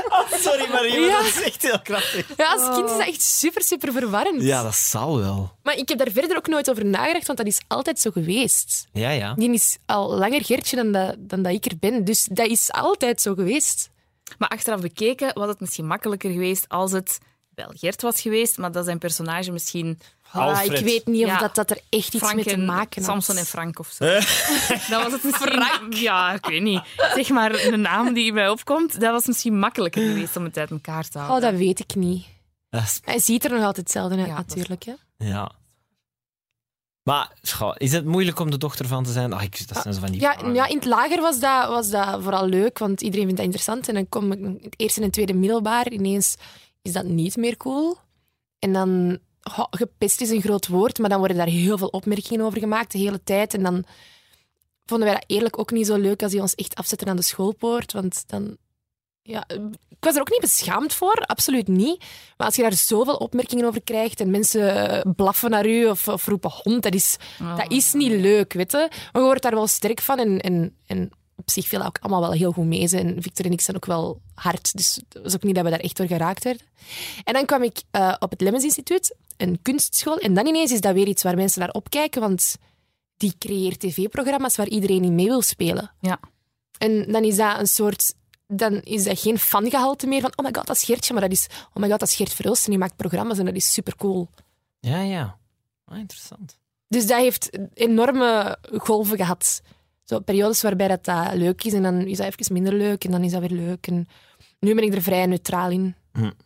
[SPEAKER 2] Sorry, Marie, maar
[SPEAKER 3] Ja.
[SPEAKER 2] dat is echt heel krachtig.
[SPEAKER 3] Ja, als kind is dat echt super, super verwarrend.
[SPEAKER 2] Ja, dat zal wel.
[SPEAKER 3] Maar ik heb daar verder ook nooit over nagedacht, want dat is altijd zo geweest.
[SPEAKER 2] Ja.
[SPEAKER 3] Die is al langer Gertje dan dat ik er ben. Dus dat is altijd zo geweest.
[SPEAKER 4] Maar achteraf bekeken was het misschien makkelijker geweest als het wel Gert was geweest, maar dat zijn personage misschien
[SPEAKER 2] Alfred.
[SPEAKER 3] Ik weet niet of
[SPEAKER 4] Ja.
[SPEAKER 3] dat er echt iets
[SPEAKER 4] Frank
[SPEAKER 3] mee te
[SPEAKER 4] en
[SPEAKER 3] maken had.
[SPEAKER 4] Samson en Frank of zo. Dat was het misschien... Ja, ik weet niet. Zeg maar een naam die bij opkomt, dat was misschien makkelijker geweest om het uit elkaar te houden.
[SPEAKER 3] Oh, dat weet ik niet.
[SPEAKER 2] Dat is-
[SPEAKER 3] Hij ziet er nog altijd hetzelfde uit,
[SPEAKER 4] Ja, dat is-
[SPEAKER 3] natuurlijk. Hè?
[SPEAKER 2] Ja. Maar is het moeilijk om de dochter van te zijn? Dat zijn zo van die vragen.
[SPEAKER 3] Ja, in het lager was dat vooral leuk, want iedereen vindt dat interessant. En dan kom ik in het eerste en tweede middelbaar, ineens is dat niet meer cool. En dan, gepest is een groot woord, maar dan worden daar heel veel opmerkingen over gemaakt de hele tijd. En dan vonden wij dat eerlijk ook niet zo leuk als die ons echt afzetten aan de schoolpoort. Want dan... Ja, ik was er ook niet beschaamd voor, absoluut niet. Maar als je daar zoveel opmerkingen over krijgt en mensen blaffen naar u of roepen hond, dat is niet leuk, weet je. Maar je wordt daar wel sterk van en op zich viel dat ook allemaal wel heel goed mee. En Victor en ik zijn ook wel hard, dus het was ook niet dat we daar echt door geraakt werden. En dan kwam ik op het Lemmens Instituut, een kunstschool, en dan ineens is dat weer iets waar mensen naar opkijken, want die creëert tv-programma's waar iedereen in mee wil spelen.
[SPEAKER 4] Ja.
[SPEAKER 3] En dan is dat een soort... Dan is dat geen fangehalte meer van oh my god, dat is Gertje, maar dat is oh my god, dat is Gert Verhulst en die maakt programma's en dat is supercool.
[SPEAKER 2] Ja. Interessant.
[SPEAKER 3] Dus dat heeft enorme golven gehad. Zo periodes waarbij dat leuk is en dan is dat even minder leuk en dan is dat weer leuk. En nu ben ik er vrij neutraal in.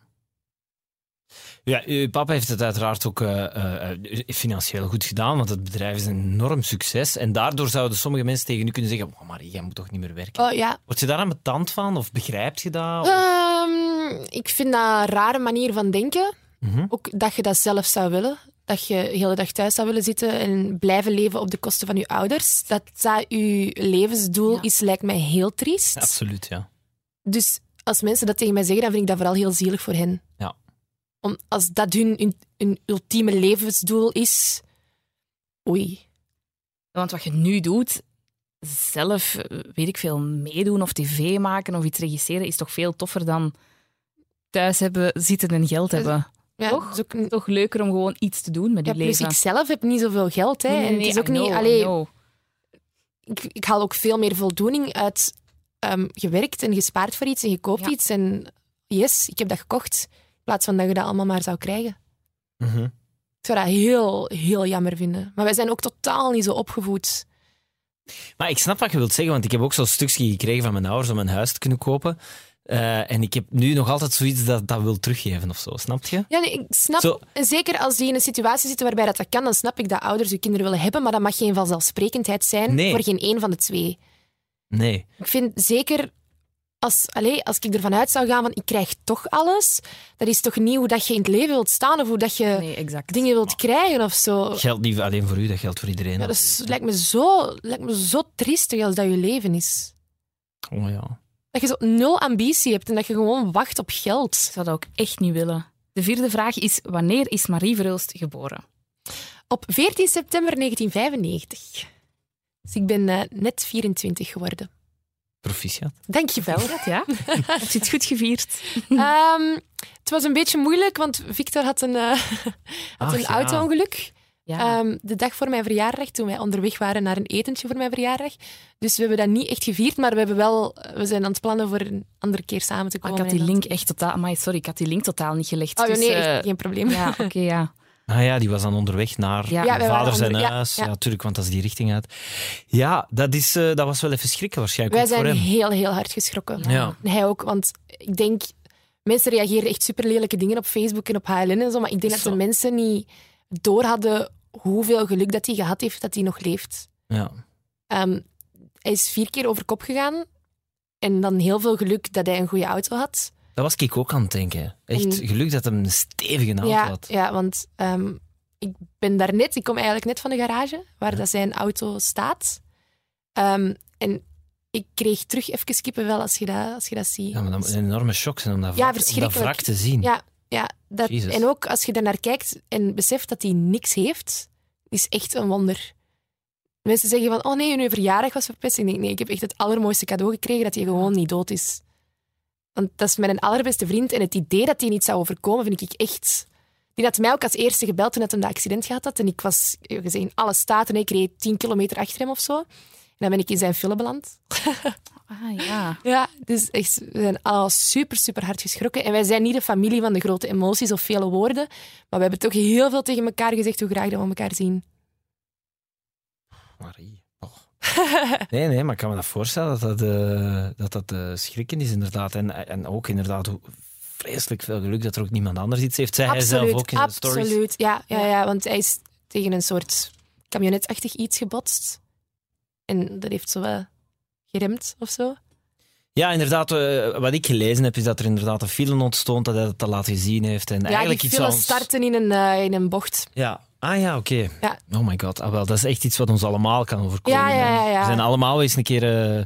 [SPEAKER 2] Ja, uw papa heeft het uiteraard ook financieel goed gedaan, want het bedrijf is een enorm succes. En daardoor zouden sommige mensen tegen u kunnen zeggen: oh, Marie, jij moet toch niet meer werken?
[SPEAKER 3] Oh ja.
[SPEAKER 2] Word je daar aan betand van? Of begrijpt je dat?
[SPEAKER 3] Ik vind dat een rare manier van denken. Ook dat je dat zelf zou willen. Dat je de hele dag thuis zou willen zitten en blijven leven op de kosten van je ouders. Dat je levensdoel is, lijkt mij heel triest.
[SPEAKER 2] Absoluut, ja.
[SPEAKER 3] Dus als mensen dat tegen mij zeggen, dan vind ik dat vooral heel zielig voor hen.
[SPEAKER 2] Ja.
[SPEAKER 3] Als dat hun ultieme levensdoel is... Oei.
[SPEAKER 4] Want wat je nu doet, zelf, weet ik veel, meedoen of tv maken of iets regisseren, is toch veel toffer dan thuis zitten en geld hebben.
[SPEAKER 3] Ja,
[SPEAKER 4] Toch?
[SPEAKER 3] het is ook
[SPEAKER 4] Toch leuker om gewoon iets te doen met je
[SPEAKER 3] plus
[SPEAKER 4] leven.
[SPEAKER 3] ik zelf heb niet zoveel geld. Hè. En het is ook niet... Allee, ik haal ook veel meer voldoening uit gewerkt en gespaard voor iets en je koopt iets en yes, ik heb dat gekocht. In plaats van dat je dat allemaal maar zou krijgen. Ik zou dat heel, heel jammer vinden. Maar wij zijn ook totaal niet zo opgevoed.
[SPEAKER 2] Maar ik snap wat je wilt zeggen, want ik heb ook zo'n stukje gekregen van mijn ouders om een huis te kunnen kopen. En ik heb nu nog altijd zoiets dat wil teruggeven of zo, snap je?
[SPEAKER 3] Ja, nee, ik snap.
[SPEAKER 2] Zo.
[SPEAKER 3] En zeker als die in een situatie zitten waarbij dat kan, dan snap ik dat ouders hun kinderen willen hebben, maar dat mag geen vanzelfsprekendheid zijn voor geen één van de twee.
[SPEAKER 2] Nee.
[SPEAKER 3] Ik vind zeker, als ik ervan uit zou gaan van ik krijg toch alles, dat is toch niet hoe dat je in het leven wilt staan of hoe dat je dingen wilt krijgen of zo.
[SPEAKER 2] Dat geldt niet alleen voor u, dat geldt voor iedereen.
[SPEAKER 3] Ja, dat lijkt me zo triestig als dat je leven is.
[SPEAKER 2] Oh ja.
[SPEAKER 3] Dat je zo nul ambitie hebt en dat je gewoon wacht op geld.
[SPEAKER 4] Ik zou dat ook echt niet willen. De vierde vraag is, wanneer is Marie Verhulst geboren?
[SPEAKER 3] Op 14 september 1995. Dus ik ben net 24 geworden.
[SPEAKER 2] Proficiat.
[SPEAKER 3] Dankjewel.
[SPEAKER 4] Ja? Heb je het goed gevierd?
[SPEAKER 3] Het was een beetje moeilijk, want Victor had een auto-ongeluk.
[SPEAKER 4] Ja.
[SPEAKER 3] De dag voor mijn verjaardag, toen wij onderweg waren naar een etentje voor mijn verjaardag. Dus we hebben dat niet echt gevierd, maar we zijn aan het plannen voor een andere keer samen te komen.
[SPEAKER 4] Ik had die link echt totaal... Amai, sorry, ik had die link totaal niet gelegd.
[SPEAKER 3] Oh
[SPEAKER 4] dus,
[SPEAKER 3] nee, echt geen probleem.
[SPEAKER 4] Ja, oké, ja.
[SPEAKER 2] Ah ja, die was dan onderweg naar
[SPEAKER 4] Ja,
[SPEAKER 2] mijn
[SPEAKER 3] wij waren
[SPEAKER 2] vader zijn
[SPEAKER 3] onder- ja,
[SPEAKER 2] huis.
[SPEAKER 3] ja.
[SPEAKER 2] Ja, natuurlijk, want dat is die richting uit. Ja, dat was wel even schrikken waarschijnlijk
[SPEAKER 3] Wij
[SPEAKER 2] ook voor
[SPEAKER 3] zijn
[SPEAKER 2] hem.
[SPEAKER 3] heel, heel hard geschrokken.
[SPEAKER 2] Ja.
[SPEAKER 3] En hij ook, want ik denk... Mensen reageren echt super lelijke dingen op Facebook en op HLN en zo, maar ik denk dat de mensen niet door hadden hoeveel geluk dat hij gehad heeft dat hij nog leeft.
[SPEAKER 2] Ja.
[SPEAKER 3] Hij is 4 keer over kop gegaan en dan heel veel geluk dat hij een goede auto had.
[SPEAKER 2] Dat was ik ook aan het denken. Echt geluk dat hij een stevige auto had.
[SPEAKER 3] Ja, want ik kom eigenlijk net van de garage waar dat zijn auto staat. En ik kreeg terug even kippenvel als je dat ziet.
[SPEAKER 2] Ja, maar dat moet een enorme shock zijn om dat,
[SPEAKER 3] Ja,
[SPEAKER 2] dat
[SPEAKER 3] verschrikkelijk.
[SPEAKER 2] wrak te zien.
[SPEAKER 3] Ja,
[SPEAKER 2] Jezus.
[SPEAKER 3] en ook als je daarnaar kijkt en beseft dat hij niks heeft, is echt een wonder. Mensen zeggen van, oh nee, hun verjaardag was verpest. Ik denk, nee, ik heb echt het allermooiste cadeau gekregen dat hij gewoon niet dood is. Want dat is mijn allerbeste vriend. En het idee dat die niet zou overkomen, vind ik echt... Die had mij ook als eerste gebeld toen hij dat accident gehad had. En ik was in alle staten. Ik reed 10 kilometer achter hem of zo. En dan ben ik in zijn file beland.
[SPEAKER 4] Ja.
[SPEAKER 3] Ja, dus echt, we zijn al super, super hard geschrokken. En wij zijn niet de familie van de grote emoties of vele woorden. Maar we hebben toch heel veel tegen elkaar gezegd hoe graag dat we elkaar zien.
[SPEAKER 2] Marie. Oh. Nee, maar ik kan me dat voorstellen dat schrikken is inderdaad. En ook inderdaad hoe vreselijk veel geluk dat er ook niemand anders iets heeft. Zei hij zelf ook in de stories.
[SPEAKER 3] Absoluut, ja, want hij is tegen een soort camionetachtig iets gebotst. En dat heeft zo wel geremd of zo.
[SPEAKER 2] Ja, inderdaad. Wat ik gelezen heb, is dat er inderdaad een file ontstond, dat hij dat te laten gezien heeft. En eigenlijk
[SPEAKER 3] die
[SPEAKER 2] iets
[SPEAKER 3] file starten in een bocht.
[SPEAKER 2] Ja. Ah ja, oké.
[SPEAKER 3] Ja.
[SPEAKER 2] Oh my god. Ah, wel, dat is echt iets wat ons allemaal kan overkomen.
[SPEAKER 3] Ja.
[SPEAKER 2] We zijn allemaal eens een keer...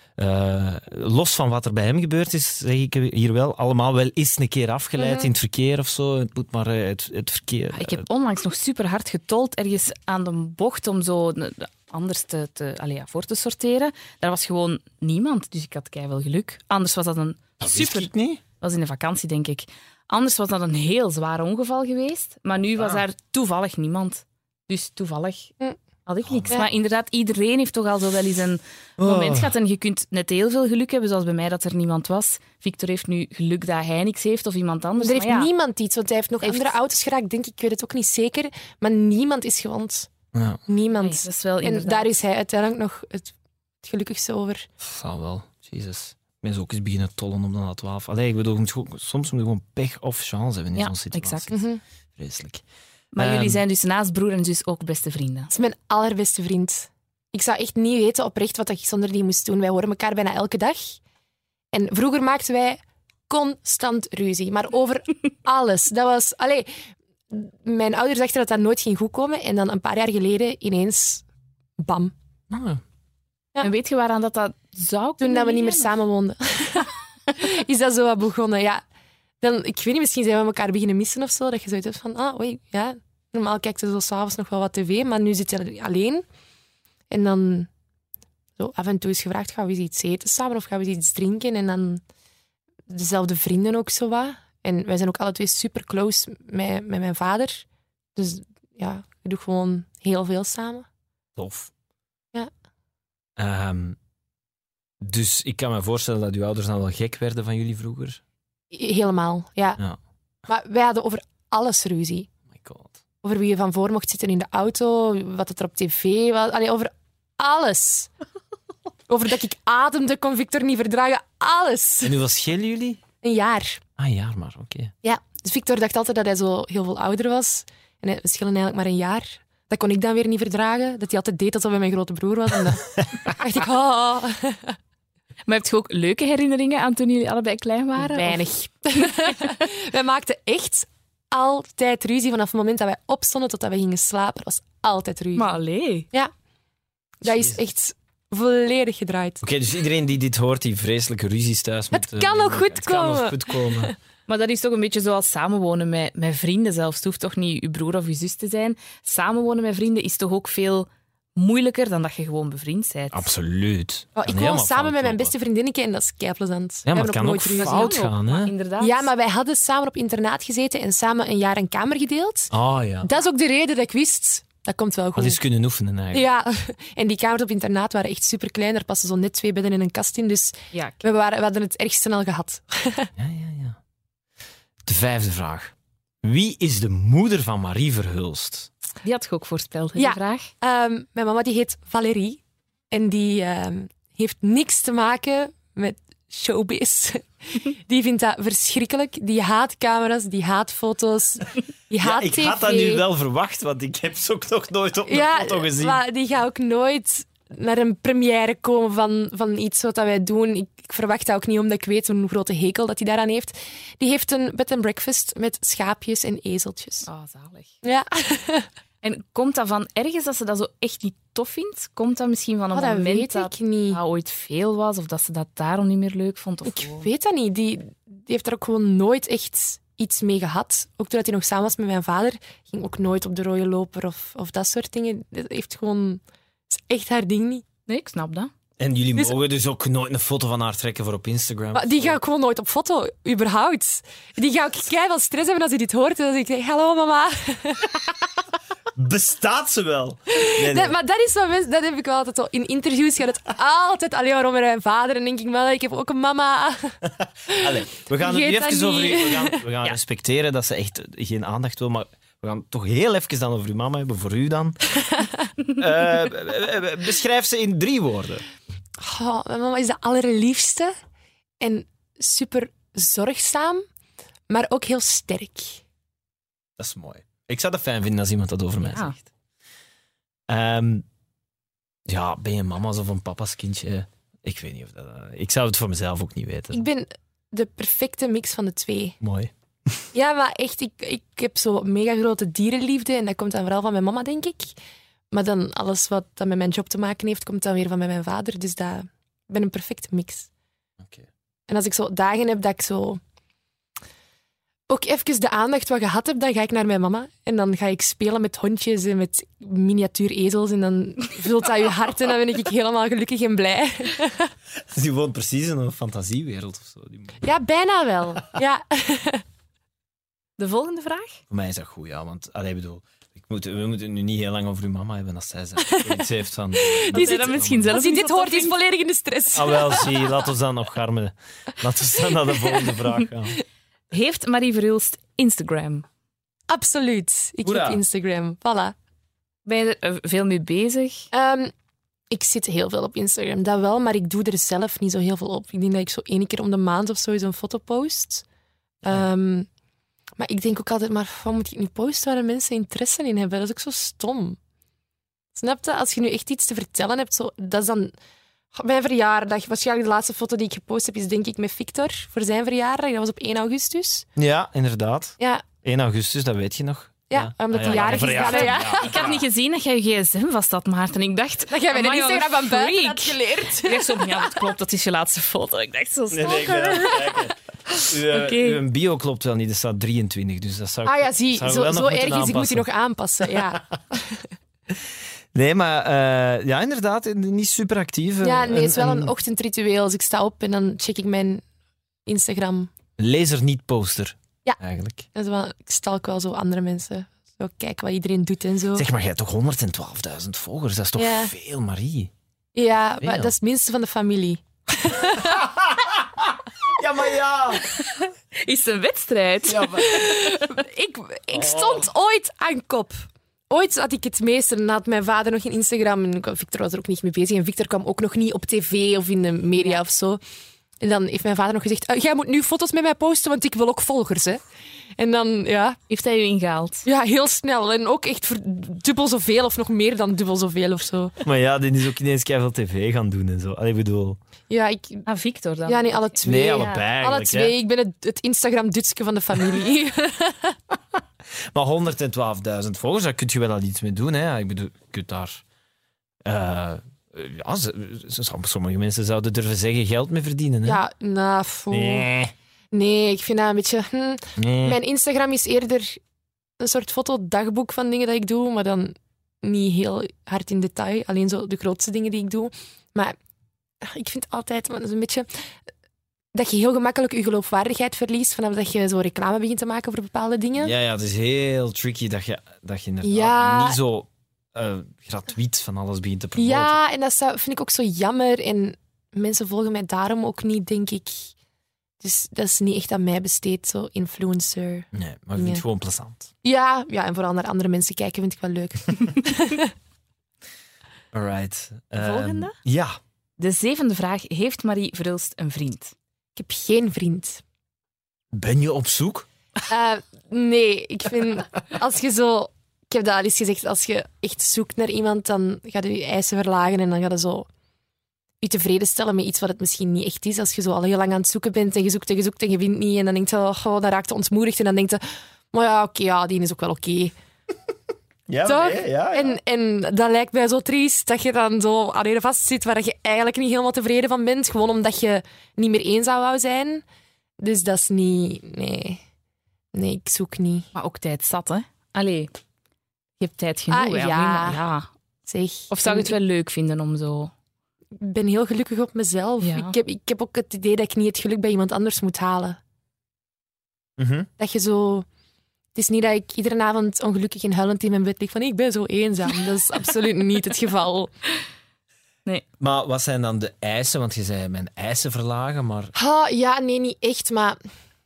[SPEAKER 2] los van wat er bij hem gebeurd is, zeg ik hier wel, allemaal wel eens een keer afgeleid in het verkeer of zo. Het moet maar het verkeer...
[SPEAKER 4] Ik heb onlangs nog super hard getold ergens aan de bocht om zo anders voor te sorteren. Daar was gewoon niemand, dus ik had keiveel geluk. Anders was dat een super...
[SPEAKER 2] ik niet.
[SPEAKER 4] Dat was in de vakantie, denk ik. Anders was dat een heel zwaar ongeval geweest. Maar nu was daar toevallig niemand. Dus toevallig had ik niks.
[SPEAKER 3] Ja.
[SPEAKER 4] Maar inderdaad, iedereen heeft toch al zo wel eens een moment gehad. En je kunt net heel veel geluk hebben, zoals bij mij dat er niemand was. Victor heeft nu geluk dat hij niks heeft of iemand anders.
[SPEAKER 3] Er heeft
[SPEAKER 4] maar ja,
[SPEAKER 3] niemand iets, want hij heeft nog andere auto's geraakt, denk ik. Ik weet het ook niet zeker. Maar niemand is gewond.
[SPEAKER 2] Ja,
[SPEAKER 3] Niemand.
[SPEAKER 4] nee, dat is wel
[SPEAKER 3] En
[SPEAKER 4] inderdaad...
[SPEAKER 3] daar is hij uiteindelijk nog het gelukkigste over.
[SPEAKER 2] zal wel. Jezus. Mensen ook eens beginnen tollen op de A12. Allee, ik bedoel, soms moet je gewoon pech of chance hebben in
[SPEAKER 4] Ja,
[SPEAKER 2] zo'n situatie.
[SPEAKER 4] exact.
[SPEAKER 2] Vreselijk.
[SPEAKER 4] Maar jullie zijn dus naast broer en zus ook beste vrienden.
[SPEAKER 3] Dat is mijn allerbeste vriend. Ik zou echt niet weten oprecht wat ik zonder die moest doen. Wij horen elkaar bijna elke dag. En vroeger maakten wij constant ruzie. Maar over alles. Dat was... mijn ouders dachten dat dat nooit ging goed komen. En dan een paar jaar geleden ineens... Bam.
[SPEAKER 2] Ah,
[SPEAKER 3] Ja.
[SPEAKER 4] En weet je waaraan dat zou
[SPEAKER 3] Toen
[SPEAKER 4] kunnen
[SPEAKER 3] dat we niet meer
[SPEAKER 4] liggen?
[SPEAKER 3] samen woonden. Is dat zo wat begonnen, ja. Dan, ik weet niet, misschien zijn we elkaar beginnen missen of zo. Dat je zoiets hebt van, oei, ja. Normaal kijkt je zo s'avonds nog wel wat tv, maar nu zit je alleen. En dan zo af en toe is gevraagd, gaan we eens iets eten samen of gaan we eens iets drinken? En dan dezelfde vrienden ook zo wat. En wij zijn ook alle twee super close met mijn vader. Dus ja, we doen gewoon heel veel samen.
[SPEAKER 2] tof.
[SPEAKER 3] Ja.
[SPEAKER 2] Dus ik kan me voorstellen dat uw ouders dan wel gek werden van jullie vroeger.
[SPEAKER 3] Helemaal, ja.
[SPEAKER 2] Ja.
[SPEAKER 3] Maar wij hadden over alles ruzie.
[SPEAKER 2] Oh my god.
[SPEAKER 3] Over wie je van voor mocht zitten in de auto, wat het er op tv was. Allee, over alles. Over dat ik ademde, kon Victor niet verdragen. Alles.
[SPEAKER 2] En hoe was schelen jullie?
[SPEAKER 3] Een jaar.
[SPEAKER 2] Ah, ja, maar oké.
[SPEAKER 3] Ja. Dus Victor dacht altijd dat hij zo heel veel ouder was. En we schillen eigenlijk maar een jaar. Dat kon ik dan weer niet verdragen. Dat hij altijd deed alsof hij mijn grote broer was. En dan dacht ik, oh.
[SPEAKER 4] Maar heb je ook leuke herinneringen aan toen jullie allebei klein waren?
[SPEAKER 3] Weinig. Wij maakten echt altijd ruzie. Vanaf het moment dat wij opstonden tot dat we gingen slapen, was altijd ruzie.
[SPEAKER 4] Maar allee.
[SPEAKER 3] Ja. Dat is
[SPEAKER 2] Jezus.
[SPEAKER 3] echt volledig gedraaid.
[SPEAKER 2] Oké, dus iedereen die dit hoort, die vreselijke ruzies thuis
[SPEAKER 3] Het
[SPEAKER 2] moet...
[SPEAKER 3] kan nog goed
[SPEAKER 2] het kan nog
[SPEAKER 3] komen.
[SPEAKER 2] goed komen.
[SPEAKER 4] Maar dat is toch een beetje zoals samenwonen met vrienden zelfs. Het hoeft toch niet je broer of je zus te zijn. Samenwonen met vrienden is toch ook veel moeilijker dan dat je gewoon bevriend bent.
[SPEAKER 2] Absoluut.
[SPEAKER 3] Oh, ik
[SPEAKER 2] Kan
[SPEAKER 3] woon
[SPEAKER 2] helemaal
[SPEAKER 3] samen met mijn
[SPEAKER 2] fout
[SPEAKER 3] beste vriendinnetje en dat is keiplezant.
[SPEAKER 2] Ja, maar
[SPEAKER 3] We
[SPEAKER 2] het
[SPEAKER 3] hebben
[SPEAKER 2] kan ook
[SPEAKER 3] nooit ruzie.
[SPEAKER 2] fout
[SPEAKER 4] Dat kan ook,
[SPEAKER 2] gaan, hè?
[SPEAKER 4] maar inderdaad.
[SPEAKER 3] Ja, maar wij hadden samen op internaat gezeten en samen een jaar een kamer gedeeld.
[SPEAKER 2] Ah ja.
[SPEAKER 3] Dat is ook de reden dat ik wist, dat komt wel
[SPEAKER 2] Dat
[SPEAKER 3] goed.
[SPEAKER 2] is kunnen oefenen eigenlijk.
[SPEAKER 3] Ja, en die kamers op internaat waren echt super klein. Er passen zo net 2 bedden en een kast in. Dus
[SPEAKER 4] Ja,
[SPEAKER 3] we hadden het erg snel gehad.
[SPEAKER 2] Ja. De 5e vraag. Wie is de moeder van Marie Verhulst?
[SPEAKER 4] die had je ook voorspeld, hè,
[SPEAKER 3] Ja.
[SPEAKER 4] die vraag.
[SPEAKER 3] Mijn mama die heet Valérie. En die heeft niks te maken met showbiz. Die vindt dat verschrikkelijk. Die haat camera's, die haat foto's, die haat
[SPEAKER 2] ik
[SPEAKER 3] tv.
[SPEAKER 2] had dat nu wel verwacht, want ik heb ze ook nog nooit op de foto gezien.
[SPEAKER 3] Maar die gaat ook nooit naar een première komen van iets wat wij doen. Ik verwacht dat ook niet, omdat ik weet hoe grote hekel dat hij daaraan heeft. Die heeft een bed and breakfast met schaapjes en ezeltjes.
[SPEAKER 4] Oh, zalig.
[SPEAKER 3] Ja,
[SPEAKER 4] En komt dat van ergens dat ze dat zo echt niet tof vindt? Komt dat misschien van een
[SPEAKER 3] dat
[SPEAKER 4] moment
[SPEAKER 3] weet
[SPEAKER 4] dat
[SPEAKER 3] ik niet.
[SPEAKER 4] dat ooit veel was? Of dat ze dat daarom niet meer leuk vond? Of
[SPEAKER 3] Ik
[SPEAKER 4] gewoon-
[SPEAKER 3] weet dat niet. Die heeft er ook gewoon nooit echt iets mee gehad. Ook toen hij nog samen was met mijn vader, ging ook nooit op de rode loper of dat soort dingen. Dat heeft gewoon... Dat is echt haar ding niet.
[SPEAKER 4] Nee, ik snap dat.
[SPEAKER 2] En jullie
[SPEAKER 3] Dus-
[SPEAKER 2] mogen dus ook nooit een foto van haar trekken voor op Instagram?
[SPEAKER 3] Maar die ga ik gewoon nooit op foto, überhaupt. Die ga ik keihard stress hebben als hij dit hoort. En dan zeg ik, hallo mama.
[SPEAKER 2] Bestaat ze wel? Nee.
[SPEAKER 3] Nee, maar dat is wat mensen, dat heb ik wel altijd zo. In interviews gaat het altijd alleen maar over mijn vader. En denk ik, maar ik heb ook een mama.
[SPEAKER 2] Allee, we gaan het nu
[SPEAKER 3] Vergeet dat
[SPEAKER 2] even over
[SPEAKER 3] niet.
[SPEAKER 2] we gaan respecteren dat ze echt geen aandacht wil, maar we gaan het toch heel even dan over uw mama hebben, voor u dan. Beschrijf ze in 3 woorden.
[SPEAKER 3] Oh, mijn mama is de allerliefste. En super zorgzaam. Maar ook heel sterk.
[SPEAKER 2] Dat is mooi. Ik zou het fijn vinden als iemand dat over mij
[SPEAKER 4] Ja.
[SPEAKER 2] zegt. Ja, ben je mama's of een papa's kindje? Ik weet niet of dat... ik zou het voor mezelf ook niet weten.
[SPEAKER 3] Ik ben de perfecte mix van de 2.
[SPEAKER 2] Mooi.
[SPEAKER 3] Ja, maar echt, ik heb zo mega grote dierenliefde. En dat komt dan vooral van mijn mama, denk ik. Maar dan alles wat dat met mijn job te maken heeft, komt dan weer van mijn vader. Dus ik ben een perfecte mix.
[SPEAKER 2] Oké.
[SPEAKER 3] En als ik zo dagen heb dat ik zo... ook even de aandacht wat gehad heb, dan ga ik naar mijn mama. En dan ga ik spelen met hondjes en met miniatuur-ezels. En dan vult dat je hart en dan ben ik helemaal gelukkig en blij.
[SPEAKER 2] Die woont precies in een fantasiewereld of zo.
[SPEAKER 3] Ja, bijna wel. Ja.
[SPEAKER 4] De volgende vraag?
[SPEAKER 2] Voor mij is dat goed, ja. Want, ik bedoel... We moeten het nu niet heel lang over uw mama hebben als zij zoiets heeft van...
[SPEAKER 3] Die
[SPEAKER 4] zit dan misschien zelf
[SPEAKER 3] Als hij
[SPEAKER 4] niet
[SPEAKER 3] dit
[SPEAKER 4] op
[SPEAKER 3] hoort,
[SPEAKER 4] dat
[SPEAKER 3] is hij volledig in de stress.
[SPEAKER 2] Ah, wel, zie. Laat ons dan nog garmen. Laten we dan naar de volgende vraag gaan.
[SPEAKER 4] Heeft Marie Verhulst Instagram?
[SPEAKER 3] Absoluut. Ik
[SPEAKER 2] Hoera.
[SPEAKER 3] heb Instagram. Voilà.
[SPEAKER 4] Ben je er veel mee bezig?
[SPEAKER 3] Ik zit heel veel op Instagram, dat wel, maar ik doe er zelf niet zo heel veel op. Ik denk dat ik zo 1 keer om de maand of zo eens een foto post. Maar ik denk ook altijd, maar wat moet ik nu posten waar de mensen interesse in hebben? Dat is ook zo stom. Snap je? Als je nu echt iets te vertellen hebt, zo, dat is dan mijn verjaardag. Waarschijnlijk de laatste foto die ik gepost heb, is denk ik met Victor voor zijn verjaardag. Dat was op 1 augustus.
[SPEAKER 2] Ja, inderdaad.
[SPEAKER 3] Ja,
[SPEAKER 2] 1 augustus, dat weet je nog.
[SPEAKER 3] ja, omdat hij
[SPEAKER 2] ja,
[SPEAKER 3] jarig is.
[SPEAKER 2] verjaardag.
[SPEAKER 3] Ja.
[SPEAKER 4] Ik had niet gezien dat jij je gsm vast had, Maarten. Ik dacht...
[SPEAKER 3] Dat jij bij de
[SPEAKER 4] amai, wat een
[SPEAKER 3] Instagram van buiten
[SPEAKER 4] freak.
[SPEAKER 3] had geleerd.
[SPEAKER 4] Ik dacht zo, ja, dat klopt, dat is je laatste foto. Ik dacht zo,
[SPEAKER 2] Nee, ik ben
[SPEAKER 4] stalker.
[SPEAKER 2] aan het kijken.
[SPEAKER 4] Oké.
[SPEAKER 2] Uw bio klopt wel niet, er staat 23, dus dat zou ik...
[SPEAKER 3] Ah ja, zie,
[SPEAKER 2] zou ik
[SPEAKER 3] zo
[SPEAKER 2] wel nog moeten
[SPEAKER 3] erg is, ik moet die nog
[SPEAKER 2] aanpassen.
[SPEAKER 3] aanpassen. Ja,
[SPEAKER 2] Nee, maar ja, inderdaad, niet super actief.
[SPEAKER 3] ja nee, het is wel een ochtendritueel. Als ik sta op en dan check ik mijn Instagram.
[SPEAKER 2] lezer niet poster.
[SPEAKER 3] Ja.
[SPEAKER 2] Eigenlijk.
[SPEAKER 3] Dat is wel, ik stalk wel zo andere mensen. Zo kijken wat iedereen doet en zo.
[SPEAKER 2] Zeg maar, jij hebt toch 112.000 volgers? Dat is toch
[SPEAKER 3] Ja.
[SPEAKER 2] veel, Marie?
[SPEAKER 3] Ja,
[SPEAKER 2] Veel.
[SPEAKER 3] maar dat is het minste van de familie.
[SPEAKER 2] Ja, maar ja!
[SPEAKER 4] Is het een wedstrijd?
[SPEAKER 2] Ja, maar...
[SPEAKER 3] Ik stond ooit aan kop. Ooit had ik het meeste. Dan had mijn vader nog geen Instagram. En Victor was er ook niet mee bezig. En Victor kwam ook nog niet op tv of in de media of zo. En dan heeft mijn vader nog gezegd... jij moet nu foto's met mij posten, want ik wil ook volgers. Hè. En dan, ja...
[SPEAKER 4] Heeft hij u ingehaald?
[SPEAKER 3] Ja, heel snel. En ook echt voor dubbel zoveel of nog meer dan dubbel zoveel of zo.
[SPEAKER 2] Maar ja, die is ook ineens keiveel tv gaan doen en zo. Allee, ik bedoel...
[SPEAKER 3] Ja,
[SPEAKER 4] Ah, Victor dan?
[SPEAKER 3] ja nee, alle twee.
[SPEAKER 2] Nee, allebei eigenlijk.
[SPEAKER 3] Alle twee. Ik ben het Instagram-dutske van de familie.
[SPEAKER 2] Maar 112.000 volgers, daar kun je wel al iets mee doen. Hè. Ik bedoel, je kunt daar... ja, sommige mensen zouden durven zeggen geld mee verdienen. Hè.
[SPEAKER 3] Ja, nou... Nee, ik vind dat een beetje...
[SPEAKER 2] Nee.
[SPEAKER 3] Mijn Instagram is eerder een soort fotodagboek van dingen dat ik doe, maar dan niet heel hard in detail. Alleen zo de grootste dingen die ik doe. Maar ik vind altijd... Maar dat is een beetje... Dat je heel gemakkelijk je geloofwaardigheid verliest vanaf dat je zo reclame begint te maken voor bepaalde dingen.
[SPEAKER 2] Ja, het is heel tricky dat je inderdaad
[SPEAKER 3] Ja.
[SPEAKER 2] niet zo gratuit van alles begint te promoten.
[SPEAKER 3] Ja, en dat vind ik ook zo jammer. En mensen volgen mij daarom ook niet, denk ik. Dus dat is niet echt aan mij besteed, zo influencer.
[SPEAKER 2] Nee, maar ik vind het gewoon plezant.
[SPEAKER 3] Ja, en vooral naar andere mensen kijken vind ik wel leuk.
[SPEAKER 2] Alright.
[SPEAKER 4] Volgende?
[SPEAKER 2] Ja.
[SPEAKER 4] De 7e vraag. Heeft Marie Verhulst een vriend?
[SPEAKER 3] Ik heb geen vriend.
[SPEAKER 2] Ben je op zoek?
[SPEAKER 3] Nee, ik vind als je zo... Ik heb dat al eens gezegd, als je echt zoekt naar iemand, dan ga je je eisen verlagen en dan ga je zo je tevreden stellen met iets wat het misschien niet echt is. Als je zo al heel lang aan het zoeken bent en je zoekt en je vindt niet en dan denk je, oh, dan raakt je ontmoedigd en dan denk je, maar ja, oké, die is ook wel oké.
[SPEAKER 2] Ja,
[SPEAKER 3] Toch?
[SPEAKER 2] nee, ja.
[SPEAKER 3] En dat lijkt mij zo triest, dat je dan zo aan je vast zit waar je eigenlijk niet helemaal tevreden van bent, gewoon omdat je niet meer eenzaam wou zijn. Dus dat is niet... Nee, ik zoek niet.
[SPEAKER 4] Maar ook tijd zat, hè? Allee, je hebt tijd genoeg.
[SPEAKER 3] Ah,
[SPEAKER 4] hè,
[SPEAKER 3] ja.
[SPEAKER 4] maar ja.
[SPEAKER 3] Zeg.
[SPEAKER 4] Of zou je het wel leuk vinden om zo...
[SPEAKER 3] ben heel gelukkig op mezelf.
[SPEAKER 4] Ja.
[SPEAKER 3] Ik heb ook het idee dat ik niet het geluk bij iemand anders moet halen. Dat je zo... Het is niet dat ik iedere avond ongelukkig en huilend in mijn bed lig van ik ben zo eenzaam. Dat is absoluut niet het geval.
[SPEAKER 4] Nee.
[SPEAKER 2] Maar wat zijn dan de eisen? Want je zei mijn eisen verlagen, maar...
[SPEAKER 3] Ja, nee, niet echt, maar...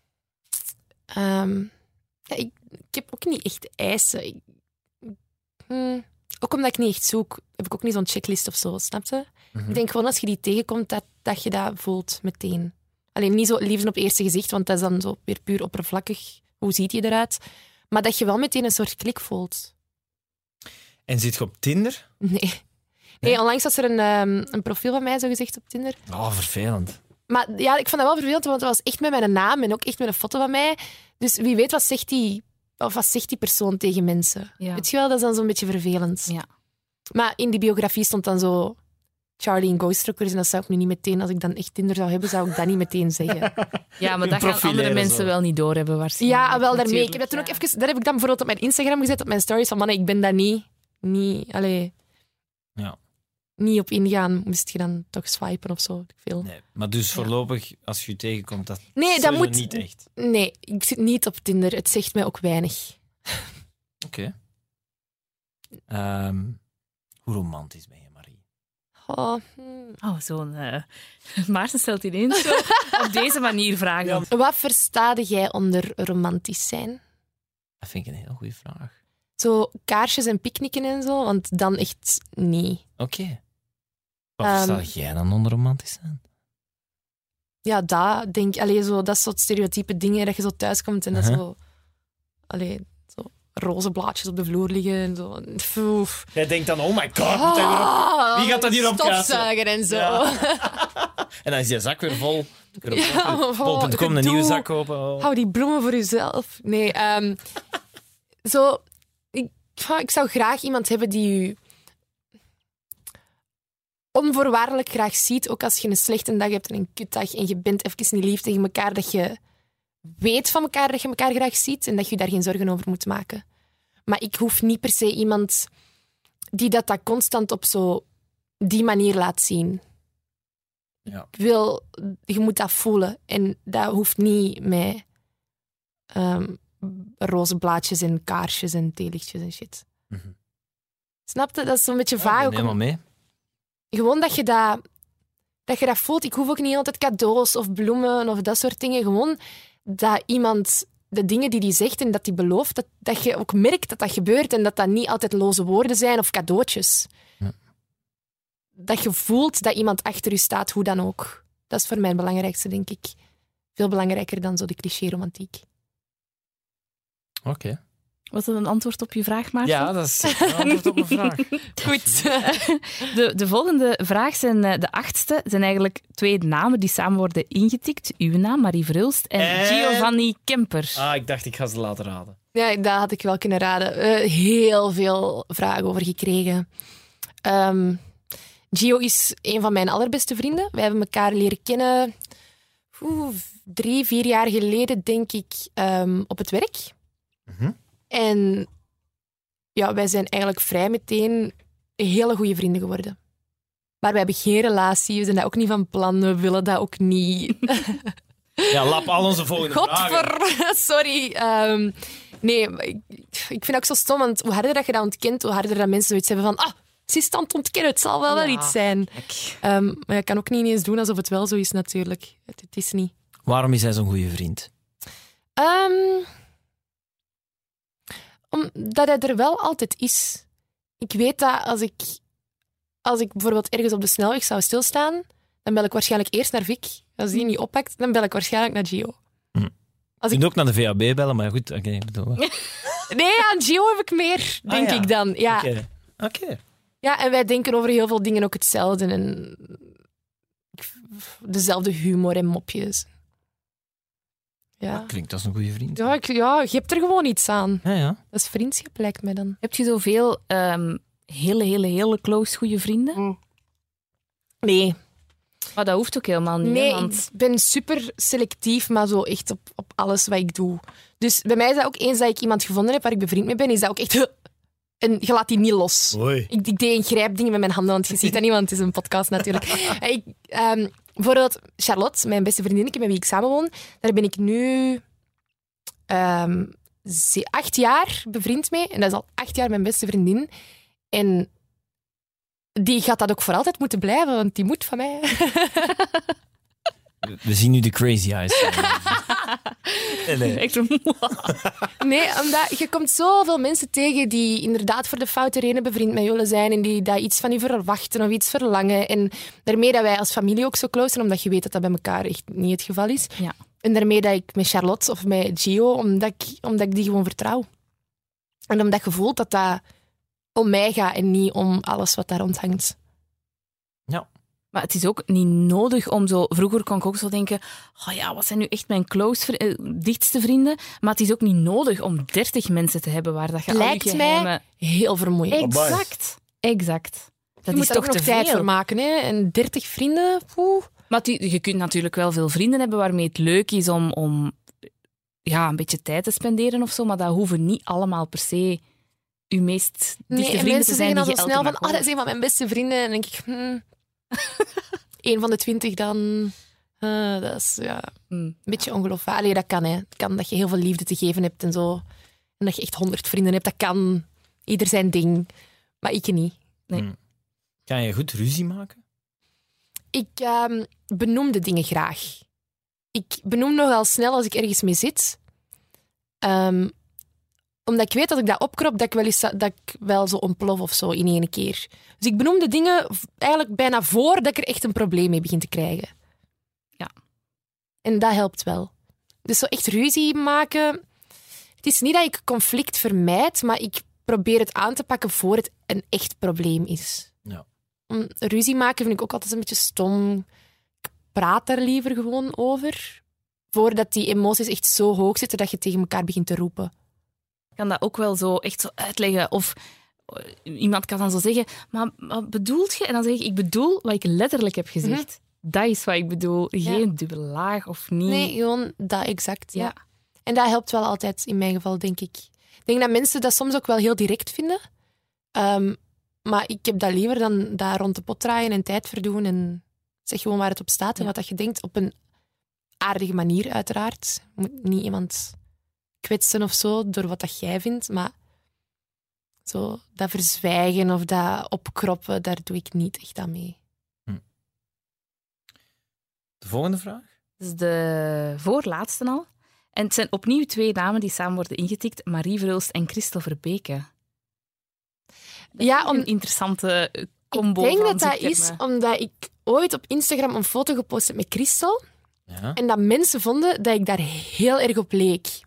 [SPEAKER 3] ja, ik heb ook niet echt eisen. Ook omdat ik niet echt zoek, heb ik ook niet zo'n checklist of zo, snap je? Ik denk gewoon als je die tegenkomt, dat je dat voelt meteen. Alleen niet zo liefde op eerste gezicht, want dat is dan zo weer puur oppervlakkig. Hoe ziet je eruit? Maar dat je wel meteen een soort klik voelt.
[SPEAKER 2] En zit je op Tinder?
[SPEAKER 3] Nee, onlangs was er een profiel van mij, zo gezegd, op Tinder.
[SPEAKER 2] Oh, vervelend.
[SPEAKER 3] Maar ja, ik vond dat wel vervelend, want het was echt met mijn naam en ook echt met een foto van mij. Dus wie weet, wat zegt die persoon tegen mensen?
[SPEAKER 4] Ja.
[SPEAKER 3] Weet je wel, dat is dan zo'n beetje vervelend.
[SPEAKER 4] Ja.
[SPEAKER 3] Maar in die biografie stond dan zo Charlie en Ghostwalkers en dat zou ik nu niet meteen, als ik dan echt Tinder zou hebben, zou ik dat niet meteen zeggen.
[SPEAKER 4] Ja, maar dat gaan andere
[SPEAKER 2] profileren
[SPEAKER 4] mensen
[SPEAKER 2] zo.
[SPEAKER 4] wel niet doorhebben waarschijnlijk.
[SPEAKER 3] Ja, wel daarmee. Ik
[SPEAKER 4] Natuurlijk,
[SPEAKER 3] heb dat toen ook
[SPEAKER 4] ja.
[SPEAKER 3] even... Dat heb ik dan bijvoorbeeld op mijn Instagram gezet, op mijn stories, van mannen, ik ben dat niet op ingaan. Moest je dan toch swipen of zo? Veel.
[SPEAKER 2] Nee, maar dus voorlopig, als je je tegenkomt, dat
[SPEAKER 3] Nee, dat
[SPEAKER 2] sowieso
[SPEAKER 3] moet...
[SPEAKER 2] niet echt.
[SPEAKER 3] Nee, ik zit niet op Tinder. Het zegt mij ook weinig.
[SPEAKER 2] Oké. Hoe romantisch ben je, Marie?
[SPEAKER 3] Oh,
[SPEAKER 4] zo'n... Maarten stelt ineens zo op deze manier vragen.
[SPEAKER 3] Wat verstaade jij onder romantisch zijn?
[SPEAKER 2] Dat vind ik een heel goede vraag.
[SPEAKER 3] Zo kaarsjes en picknicken en zo? Want dan echt niet.
[SPEAKER 2] Oké. Wat versta jij dan onder romantisch zijn?
[SPEAKER 3] Ja, dat denk ik. Allee, zo, dat soort stereotype dingen, dat je zo thuiskomt en dat zo... Allee, zo roze blaadjes op de vloer liggen en zo. Oef.
[SPEAKER 2] Jij denkt dan, oh my god, moet hij weer op... Wie gaat dat hier opkassen?
[SPEAKER 3] Stofzuiger en zo.
[SPEAKER 2] Ja. En dan is je zak weer vol.
[SPEAKER 3] Ja,
[SPEAKER 2] Bol.com, een nieuwe zak kopen. Oh.
[SPEAKER 3] Hou die bloemen voor jezelf. Nee, zo... Ik zou graag iemand hebben die u onvoorwaardelijk graag ziet, ook als je een slechte dag hebt en een kutdag en je bent even niet lief tegen elkaar, dat je weet van elkaar dat je elkaar graag ziet en dat je daar geen zorgen over moet maken. Maar ik hoef niet per se iemand die dat constant op zo die manier laat zien.
[SPEAKER 2] Ja.
[SPEAKER 3] Je moet dat voelen en dat hoeft niet met roze blaadjes en kaarsjes en theelichtjes en shit. Snap je? Dat is zo'n beetje vaag.
[SPEAKER 2] Ik
[SPEAKER 3] ook.
[SPEAKER 2] ben helemaal mee.
[SPEAKER 3] Gewoon dat je dat voelt. Ik hoef ook niet altijd cadeaus of bloemen of dat soort dingen. Gewoon dat iemand de dingen die zegt en dat die belooft, dat je ook merkt dat dat gebeurt en dat dat niet altijd loze woorden zijn of cadeautjes.
[SPEAKER 2] Ja.
[SPEAKER 3] Dat je voelt dat iemand achter je staat, hoe dan ook. Dat is voor mij het belangrijkste, denk ik. Veel belangrijker dan zo de cliché-romantiek.
[SPEAKER 2] Oké.
[SPEAKER 4] Was dat een antwoord op je vraag, Maarten?
[SPEAKER 2] Ja, dat is een antwoord op mijn vraag.
[SPEAKER 3] Goed.
[SPEAKER 4] De volgende vraag zijn de 8e. Zijn eigenlijk 2 namen die samen worden ingetikt. Uw naam, Marie Verhulst, en Giovanni Kemper.
[SPEAKER 2] Ah, ik dacht, ik ga ze laten raden.
[SPEAKER 3] Ja, dat had ik wel kunnen raden. Heel veel vragen over gekregen. Gio is een van mijn allerbeste vrienden. Wij hebben elkaar leren kennen 3-4 jaar geleden, denk ik, op het werk. En ja, wij zijn eigenlijk vrij meteen hele goede vrienden geworden. Maar we hebben geen relatie, we zijn dat ook niet van plan, we willen dat ook niet.
[SPEAKER 2] Ja, lap al onze volgende vragen.
[SPEAKER 3] Sorry. Nee, ik vind het ook zo stom, want hoe harder dat je dat ontkent, hoe harder dat mensen zoiets hebben van ze is aan het ontkennen, het zal wel iets zijn. Maar je kan ook niet ineens doen alsof het wel zo is, natuurlijk. Het is niet. Waarom
[SPEAKER 2] is hij zo'n goede vriend?
[SPEAKER 3] Omdat hij er wel altijd is. Ik weet dat als ik bijvoorbeeld ergens op de snelweg zou stilstaan, dan bel ik waarschijnlijk eerst naar Vic. Als die niet oppakt, dan bel ik waarschijnlijk naar Gio.
[SPEAKER 2] Je kunt ook naar de VAB bellen, maar goed, oké.
[SPEAKER 3] Nee, aan Gio heb ik meer, denk ik dan. Ja.
[SPEAKER 2] Oké.
[SPEAKER 3] Ja, en wij denken over heel veel dingen ook hetzelfde. En dezelfde humor en mopjes. Ja.
[SPEAKER 2] Dat klinkt als een goede vriend.
[SPEAKER 3] Ja, je hebt er gewoon iets aan.
[SPEAKER 2] Ja.
[SPEAKER 3] Dat is vriendschap, lijkt mij dan.
[SPEAKER 4] Heb je zoveel hele close goede vrienden?
[SPEAKER 3] Nee.
[SPEAKER 4] Maar dat hoeft ook helemaal niet.
[SPEAKER 3] Nee,
[SPEAKER 4] Want...
[SPEAKER 3] ik ben super selectief, maar zo echt op alles wat ik doe. Dus bij mij is dat ook eens dat ik iemand gevonden heb waar ik bevriend mee ben, is dat ook echt En je laat die niet los.
[SPEAKER 2] Oei.
[SPEAKER 3] Ik deed een grijpding met mijn handen, want je ziet dat niet, want het is een podcast natuurlijk. Bijvoorbeeld Charlotte, mijn beste vriendinnetje met wie ik samenwoon, daar ben ik nu 8 jaar bevriend mee. En dat is al 8 jaar mijn beste vriendin. En die gaat dat ook voor altijd moeten blijven, want die moet van mij.
[SPEAKER 2] We zien nu de crazy eyes. Nee.
[SPEAKER 4] Echt
[SPEAKER 3] Nee, omdat je komt zoveel mensen tegen die inderdaad voor de foute reden bevriend met je willen zijn en die dat iets van je verwachten of iets verlangen. En daarmee dat wij als familie ook zo close zijn, omdat je weet dat dat bij elkaar echt niet het geval is.
[SPEAKER 4] Ja.
[SPEAKER 3] En daarmee dat ik met Charlotte of met Gio, omdat ik die gewoon vertrouw. En omdat je voelt dat dat om mij gaat en niet om alles wat daar rond hangt.
[SPEAKER 2] Ja.
[SPEAKER 4] Maar het is ook niet nodig om zo... Vroeger kon ik ook zo denken... Oh ja, wat zijn nu echt mijn dichtste vrienden? Maar het is ook niet nodig om 30 mensen te hebben waar dat je
[SPEAKER 3] Lijkt
[SPEAKER 4] al je geheimen...
[SPEAKER 3] mij heel vermoeiend.
[SPEAKER 4] Exact. Dat
[SPEAKER 3] Je
[SPEAKER 4] is
[SPEAKER 3] moet daar
[SPEAKER 4] toch
[SPEAKER 3] ook
[SPEAKER 4] te
[SPEAKER 3] nog tijd
[SPEAKER 4] veel.
[SPEAKER 3] voor maken. Hè? En 30 vrienden, poeh.
[SPEAKER 4] Maar je kunt natuurlijk wel veel vrienden hebben waarmee het leuk is om een beetje tijd te spenderen of zo, maar dat hoeven niet allemaal per se uw meest dichte
[SPEAKER 3] en
[SPEAKER 4] vrienden
[SPEAKER 3] mensen
[SPEAKER 4] te zijn
[SPEAKER 3] zeggen
[SPEAKER 4] die
[SPEAKER 3] dan
[SPEAKER 4] je
[SPEAKER 3] zo
[SPEAKER 4] elke
[SPEAKER 3] snel
[SPEAKER 4] dag
[SPEAKER 3] van, dat
[SPEAKER 4] hoort.
[SPEAKER 3] is een van mijn beste vrienden. En dan denk ik, 1 van de 20 dan... dat is een beetje ongeloofwaardig. Allee, dat kan, hè. Het kan dat je heel veel liefde te geven hebt en zo. En dat je echt 100 vrienden hebt, dat kan. Ieder zijn ding. Maar ik niet.
[SPEAKER 4] Nee.
[SPEAKER 2] Kan je goed ruzie maken?
[SPEAKER 3] Ik benoem de dingen graag. Ik benoem nogal snel als ik ergens mee zit. Omdat ik weet dat ik dat opkrop, dat ik wel zo ontplof of zo in één keer. Dus ik benoem de dingen eigenlijk bijna voordat ik er echt een probleem mee begin te krijgen.
[SPEAKER 4] Ja.
[SPEAKER 3] En dat helpt wel. Dus zo echt ruzie maken... Het is niet dat ik conflict vermijd, maar ik probeer het aan te pakken voor het een echt probleem is.
[SPEAKER 2] Ja.
[SPEAKER 3] Ruzie maken vind ik ook altijd een beetje stom. Ik praat daar liever gewoon over, voordat die emoties echt zo hoog zitten dat je tegen elkaar begint te roepen.
[SPEAKER 4] Ik kan dat ook wel zo echt zo uitleggen. Of iemand kan dan zo zeggen, maar wat bedoelt je? En dan zeg ik bedoel wat ik letterlijk heb gezegd. Dat is wat ik bedoel. Geen dubbele laag of niet.
[SPEAKER 3] Nee, gewoon dat exact. Ja.
[SPEAKER 4] Ja.
[SPEAKER 3] En dat helpt wel altijd in mijn geval, denk ik. Ik denk dat mensen dat soms ook wel heel direct vinden. Maar ik heb dat liever dan daar rond de pot draaien en tijd verdoen. En zeg gewoon waar het op staat en wat dat je denkt. Op een aardige manier, uiteraard. Je moet niet iemand kwetsen of zo door wat dat jij vindt. Maar zo dat verzwijgen of dat opkroppen, daar doe ik niet echt aan mee.
[SPEAKER 2] De volgende vraag?
[SPEAKER 4] Dat is de voorlaatste al. En het zijn opnieuw 2 namen die samen worden ingetikt. Marie Verhulst en Christel Verbeke.
[SPEAKER 3] Ja,
[SPEAKER 4] Een interessante combo.
[SPEAKER 3] Ik denk
[SPEAKER 4] van
[SPEAKER 3] dat dat
[SPEAKER 4] zoektermen.
[SPEAKER 3] is omdat ik ooit op Instagram een foto gepost heb met Christel.
[SPEAKER 2] Ja.
[SPEAKER 3] En dat mensen vonden dat ik daar heel erg op leek.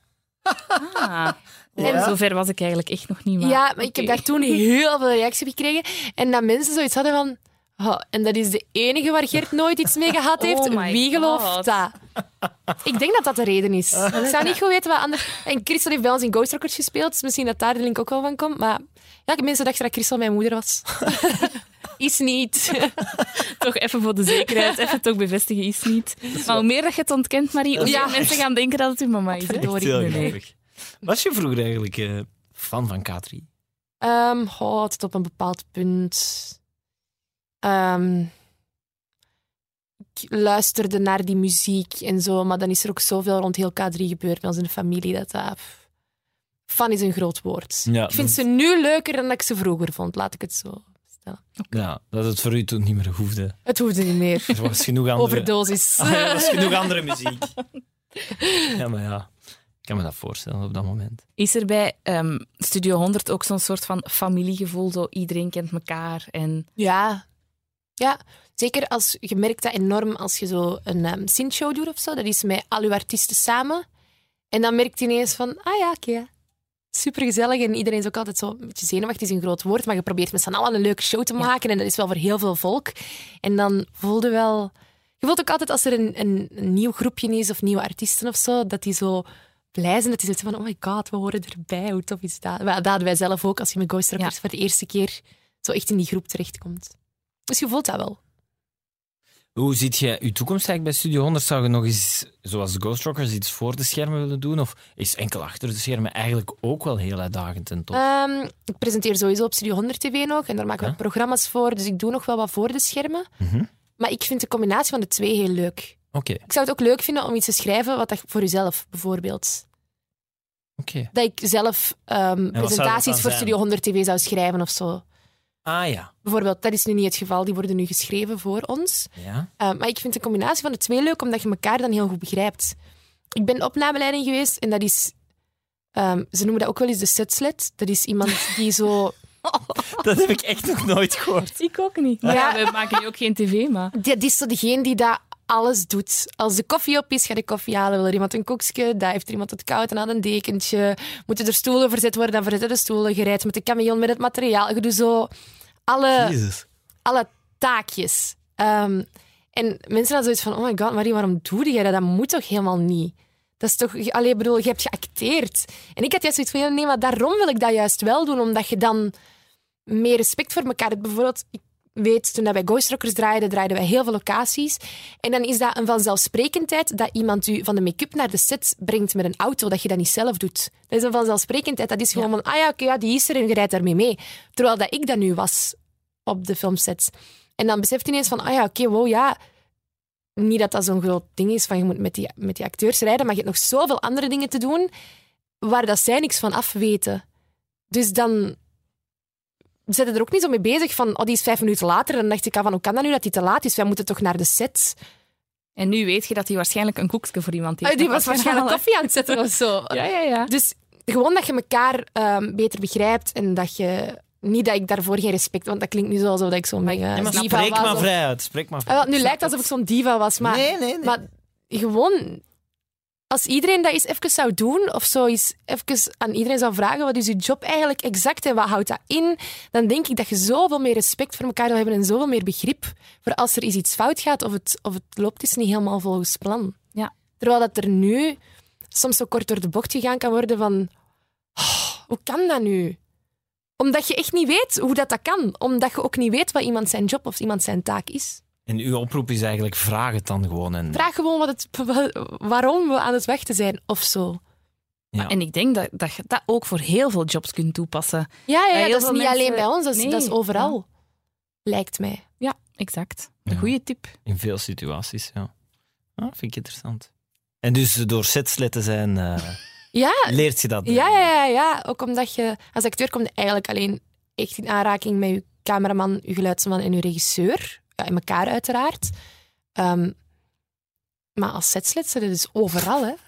[SPEAKER 4] En zover was ik eigenlijk echt nog niet.
[SPEAKER 3] Maar ik heb daar toen heel veel reacties op gekregen. En dat mensen zoiets hadden van... Oh, en dat is de enige waar Gert nooit iets mee gehad heeft.
[SPEAKER 4] Oh my
[SPEAKER 3] Wie gelooft
[SPEAKER 4] God.
[SPEAKER 3] dat? Ik denk dat dat de reden is. Ik zou niet goed weten wat anders... En Christel heeft bij ons in Ghost Rockers gespeeld, dus misschien dat daar de link ook wel van komt. Maar ja, mensen dachten dat Christel mijn moeder was. Is niet.
[SPEAKER 4] Toch even voor de zekerheid, even toch bevestigen, is niet. Maar hoe meer dat je het ontkent, Marie, hoe meer mensen gaan denken dat het uw mama is. Hè?
[SPEAKER 3] Verdorie.
[SPEAKER 2] Echt heel
[SPEAKER 4] Nee, nee.
[SPEAKER 2] grappig. Was je vroeger eigenlijk fan van K3?
[SPEAKER 3] Tot op een bepaald punt. Ik luisterde naar die muziek en zo, maar dan is er ook zoveel rond heel K3 gebeurd met ons in de familie. Fan is een groot woord.
[SPEAKER 2] Ja,
[SPEAKER 3] Ik vind ze nu leuker dan dat ik ze vroeger vond, laat ik het zo stellen.
[SPEAKER 2] Ja, dat het voor u toen niet meer hoefde.
[SPEAKER 3] Het hoefde niet meer.
[SPEAKER 2] Er was genoeg andere...
[SPEAKER 3] Overdosis.
[SPEAKER 2] Er was genoeg andere muziek. Ja, maar ja. Ik kan me dat voorstellen op dat moment.
[SPEAKER 4] Is er bij Studio 100 ook zo'n soort van familiegevoel? Zo iedereen kent elkaar en...
[SPEAKER 3] Ja, zeker als je merkt dat enorm als je zo een synth-show doet of zo. Dat is met al uw artiesten samen. En dan merkt je ineens van, oké. Supergezellig en iedereen is ook altijd zo een beetje zenuwachtig, is een groot woord, maar je probeert met z'n allen een leuke show te maken en dat is wel voor heel veel volk. En dan voelde wel... Je voelt ook altijd als er een nieuw groepje is of nieuwe artiesten of zo, dat die zo blij zijn, dat die zitten van, oh my god, we horen erbij, hoe tof is dat? Dat hadden wij zelf ook, als je met Ghost Rockers voor de eerste keer zo echt in die groep terechtkomt. Dus je voelt dat wel.
[SPEAKER 2] Hoe ziet je je toekomst eigenlijk bij Studio 100? Zou je nog eens, zoals de Ghost Rockers, iets voor de schermen willen doen? Of is enkel achter de schermen eigenlijk ook wel heel uitdagend en tof?
[SPEAKER 3] Ik presenteer sowieso op Studio 100 TV nog en daar maken we
[SPEAKER 2] Ja?
[SPEAKER 3] programma's voor. Dus ik doe nog wel wat voor de schermen.
[SPEAKER 2] Mhm.
[SPEAKER 3] Maar ik vind de combinatie van de twee heel leuk.
[SPEAKER 2] Oké.
[SPEAKER 3] Ik zou het ook leuk vinden om iets te schrijven wat dat voor jezelf, bijvoorbeeld.
[SPEAKER 2] Oké.
[SPEAKER 3] Dat ik zelf
[SPEAKER 2] zou dat
[SPEAKER 3] presentaties
[SPEAKER 2] dan
[SPEAKER 3] voor
[SPEAKER 2] zijn?
[SPEAKER 3] Studio 100 TV zou schrijven of zo.
[SPEAKER 2] Ah ja.
[SPEAKER 3] Bijvoorbeeld, dat is nu niet het geval. Die worden nu geschreven voor ons.
[SPEAKER 2] Ja.
[SPEAKER 3] Maar ik vind de combinatie van de twee leuk, omdat je elkaar dan heel goed begrijpt. Ik ben opnameleiding geweest en dat is... ze noemen dat ook wel eens de setslet. Dat is iemand die zo...
[SPEAKER 2] Dat heb ik echt nog nooit gehoord.
[SPEAKER 4] Ik ook niet. Maar ja, we maken nu ook geen tv, maar...
[SPEAKER 3] Dat is zo degene die dat alles doet. Als de koffie op is, ga de koffie halen. Wil er iemand een koekje? Daar heeft er iemand het koud en aan een dekentje. Moeten er stoelen verzet worden? Dan verzetten de stoelen. Je rijdt met de camion met het materiaal. Je doet zo
[SPEAKER 2] Jezus.
[SPEAKER 3] alle taakjes. En mensen hadden zoiets van, oh my god, Marie, waarom doe jij dat? Dat moet toch helemaal niet? Dat is toch... Allee, bedoel, je hebt geacteerd. En ik had juist zoiets van, ja, nee, maar daarom wil ik dat juist wel doen, omdat je dan meer respect voor elkaar hebt. Bijvoorbeeld, ik weet, toen wij Ghost Rockers draaiden wij heel veel locaties. En dan is dat een vanzelfsprekendheid dat iemand u van de make-up naar de set brengt met een auto, dat je dat niet zelf doet. Dat is een vanzelfsprekendheid. Dat is gewoon van, oké, die is er en je rijdt daarmee mee. Terwijl dat ik dat nu was op de filmsets. En dan beseft je ineens van, wow, ja... Niet dat dat zo'n groot ding is van je moet met die acteurs rijden, maar je hebt nog zoveel andere dingen te doen waar dat zij niks van afweten. Dus dan zit je er ook niet zo mee bezig van, die is 5 minuten later. En dan dacht ik van, hoe kan dat nu dat die te laat is? Wij moeten toch naar de set?
[SPEAKER 4] En nu weet je dat hij waarschijnlijk een koekje voor iemand heeft.
[SPEAKER 3] Die was waarschijnlijk koffie aan het zetten of zo.
[SPEAKER 4] Ja.
[SPEAKER 3] Dus gewoon dat je elkaar beter begrijpt en dat je... Niet dat ik daarvoor geen respect... Want dat klinkt nu zo alsof ik zo'n mega
[SPEAKER 2] Ja, maar
[SPEAKER 3] diva
[SPEAKER 2] spreek
[SPEAKER 3] was.
[SPEAKER 2] maar
[SPEAKER 3] of-
[SPEAKER 2] vrij uit. Spreek maar vrij
[SPEAKER 3] Nu
[SPEAKER 2] uit.
[SPEAKER 3] lijkt het alsof ik zo'n diva was, maar...
[SPEAKER 2] Nee.
[SPEAKER 3] Maar gewoon... Als iedereen dat eens even zou doen, of zo eens even aan iedereen zou vragen wat is je job eigenlijk exact en wat houdt dat in, dan denk ik dat je zoveel meer respect voor elkaar zou hebben en zoveel meer begrip voor als er eens iets fout gaat of het loopt is niet helemaal volgens plan.
[SPEAKER 4] Ja.
[SPEAKER 3] Terwijl dat er nu soms zo kort door de bocht gegaan kan worden van... hoe kan dat nu? Omdat je echt niet weet hoe dat kan. Omdat je ook niet weet wat iemand zijn job of iemand zijn taak is.
[SPEAKER 2] En uw oproep is eigenlijk, vraag het dan gewoon. En...
[SPEAKER 3] Vraag gewoon waarom we aan het wachten zijn of zo.
[SPEAKER 2] Ja.
[SPEAKER 4] En ik denk dat je dat ook voor heel veel jobs kunt toepassen.
[SPEAKER 3] Ja,
[SPEAKER 4] heel
[SPEAKER 3] dat is
[SPEAKER 4] veel
[SPEAKER 3] niet
[SPEAKER 4] mensen-
[SPEAKER 3] alleen bij ons, dat is,
[SPEAKER 4] Nee,
[SPEAKER 3] dat is overal. Lijkt mij.
[SPEAKER 4] Ja, exact. Een
[SPEAKER 2] Ja.
[SPEAKER 4] goede tip.
[SPEAKER 2] In veel situaties, ja. Vind ik interessant. En dus door setslet te zijn,
[SPEAKER 3] Ja,
[SPEAKER 2] leert je dat?
[SPEAKER 3] ja. Ook omdat je als acteur komt eigenlijk alleen echt in aanraking met je cameraman, je geluidsman en je regisseur. Ja, in elkaar uiteraard. Maar als setslid zit je dus overal, hè.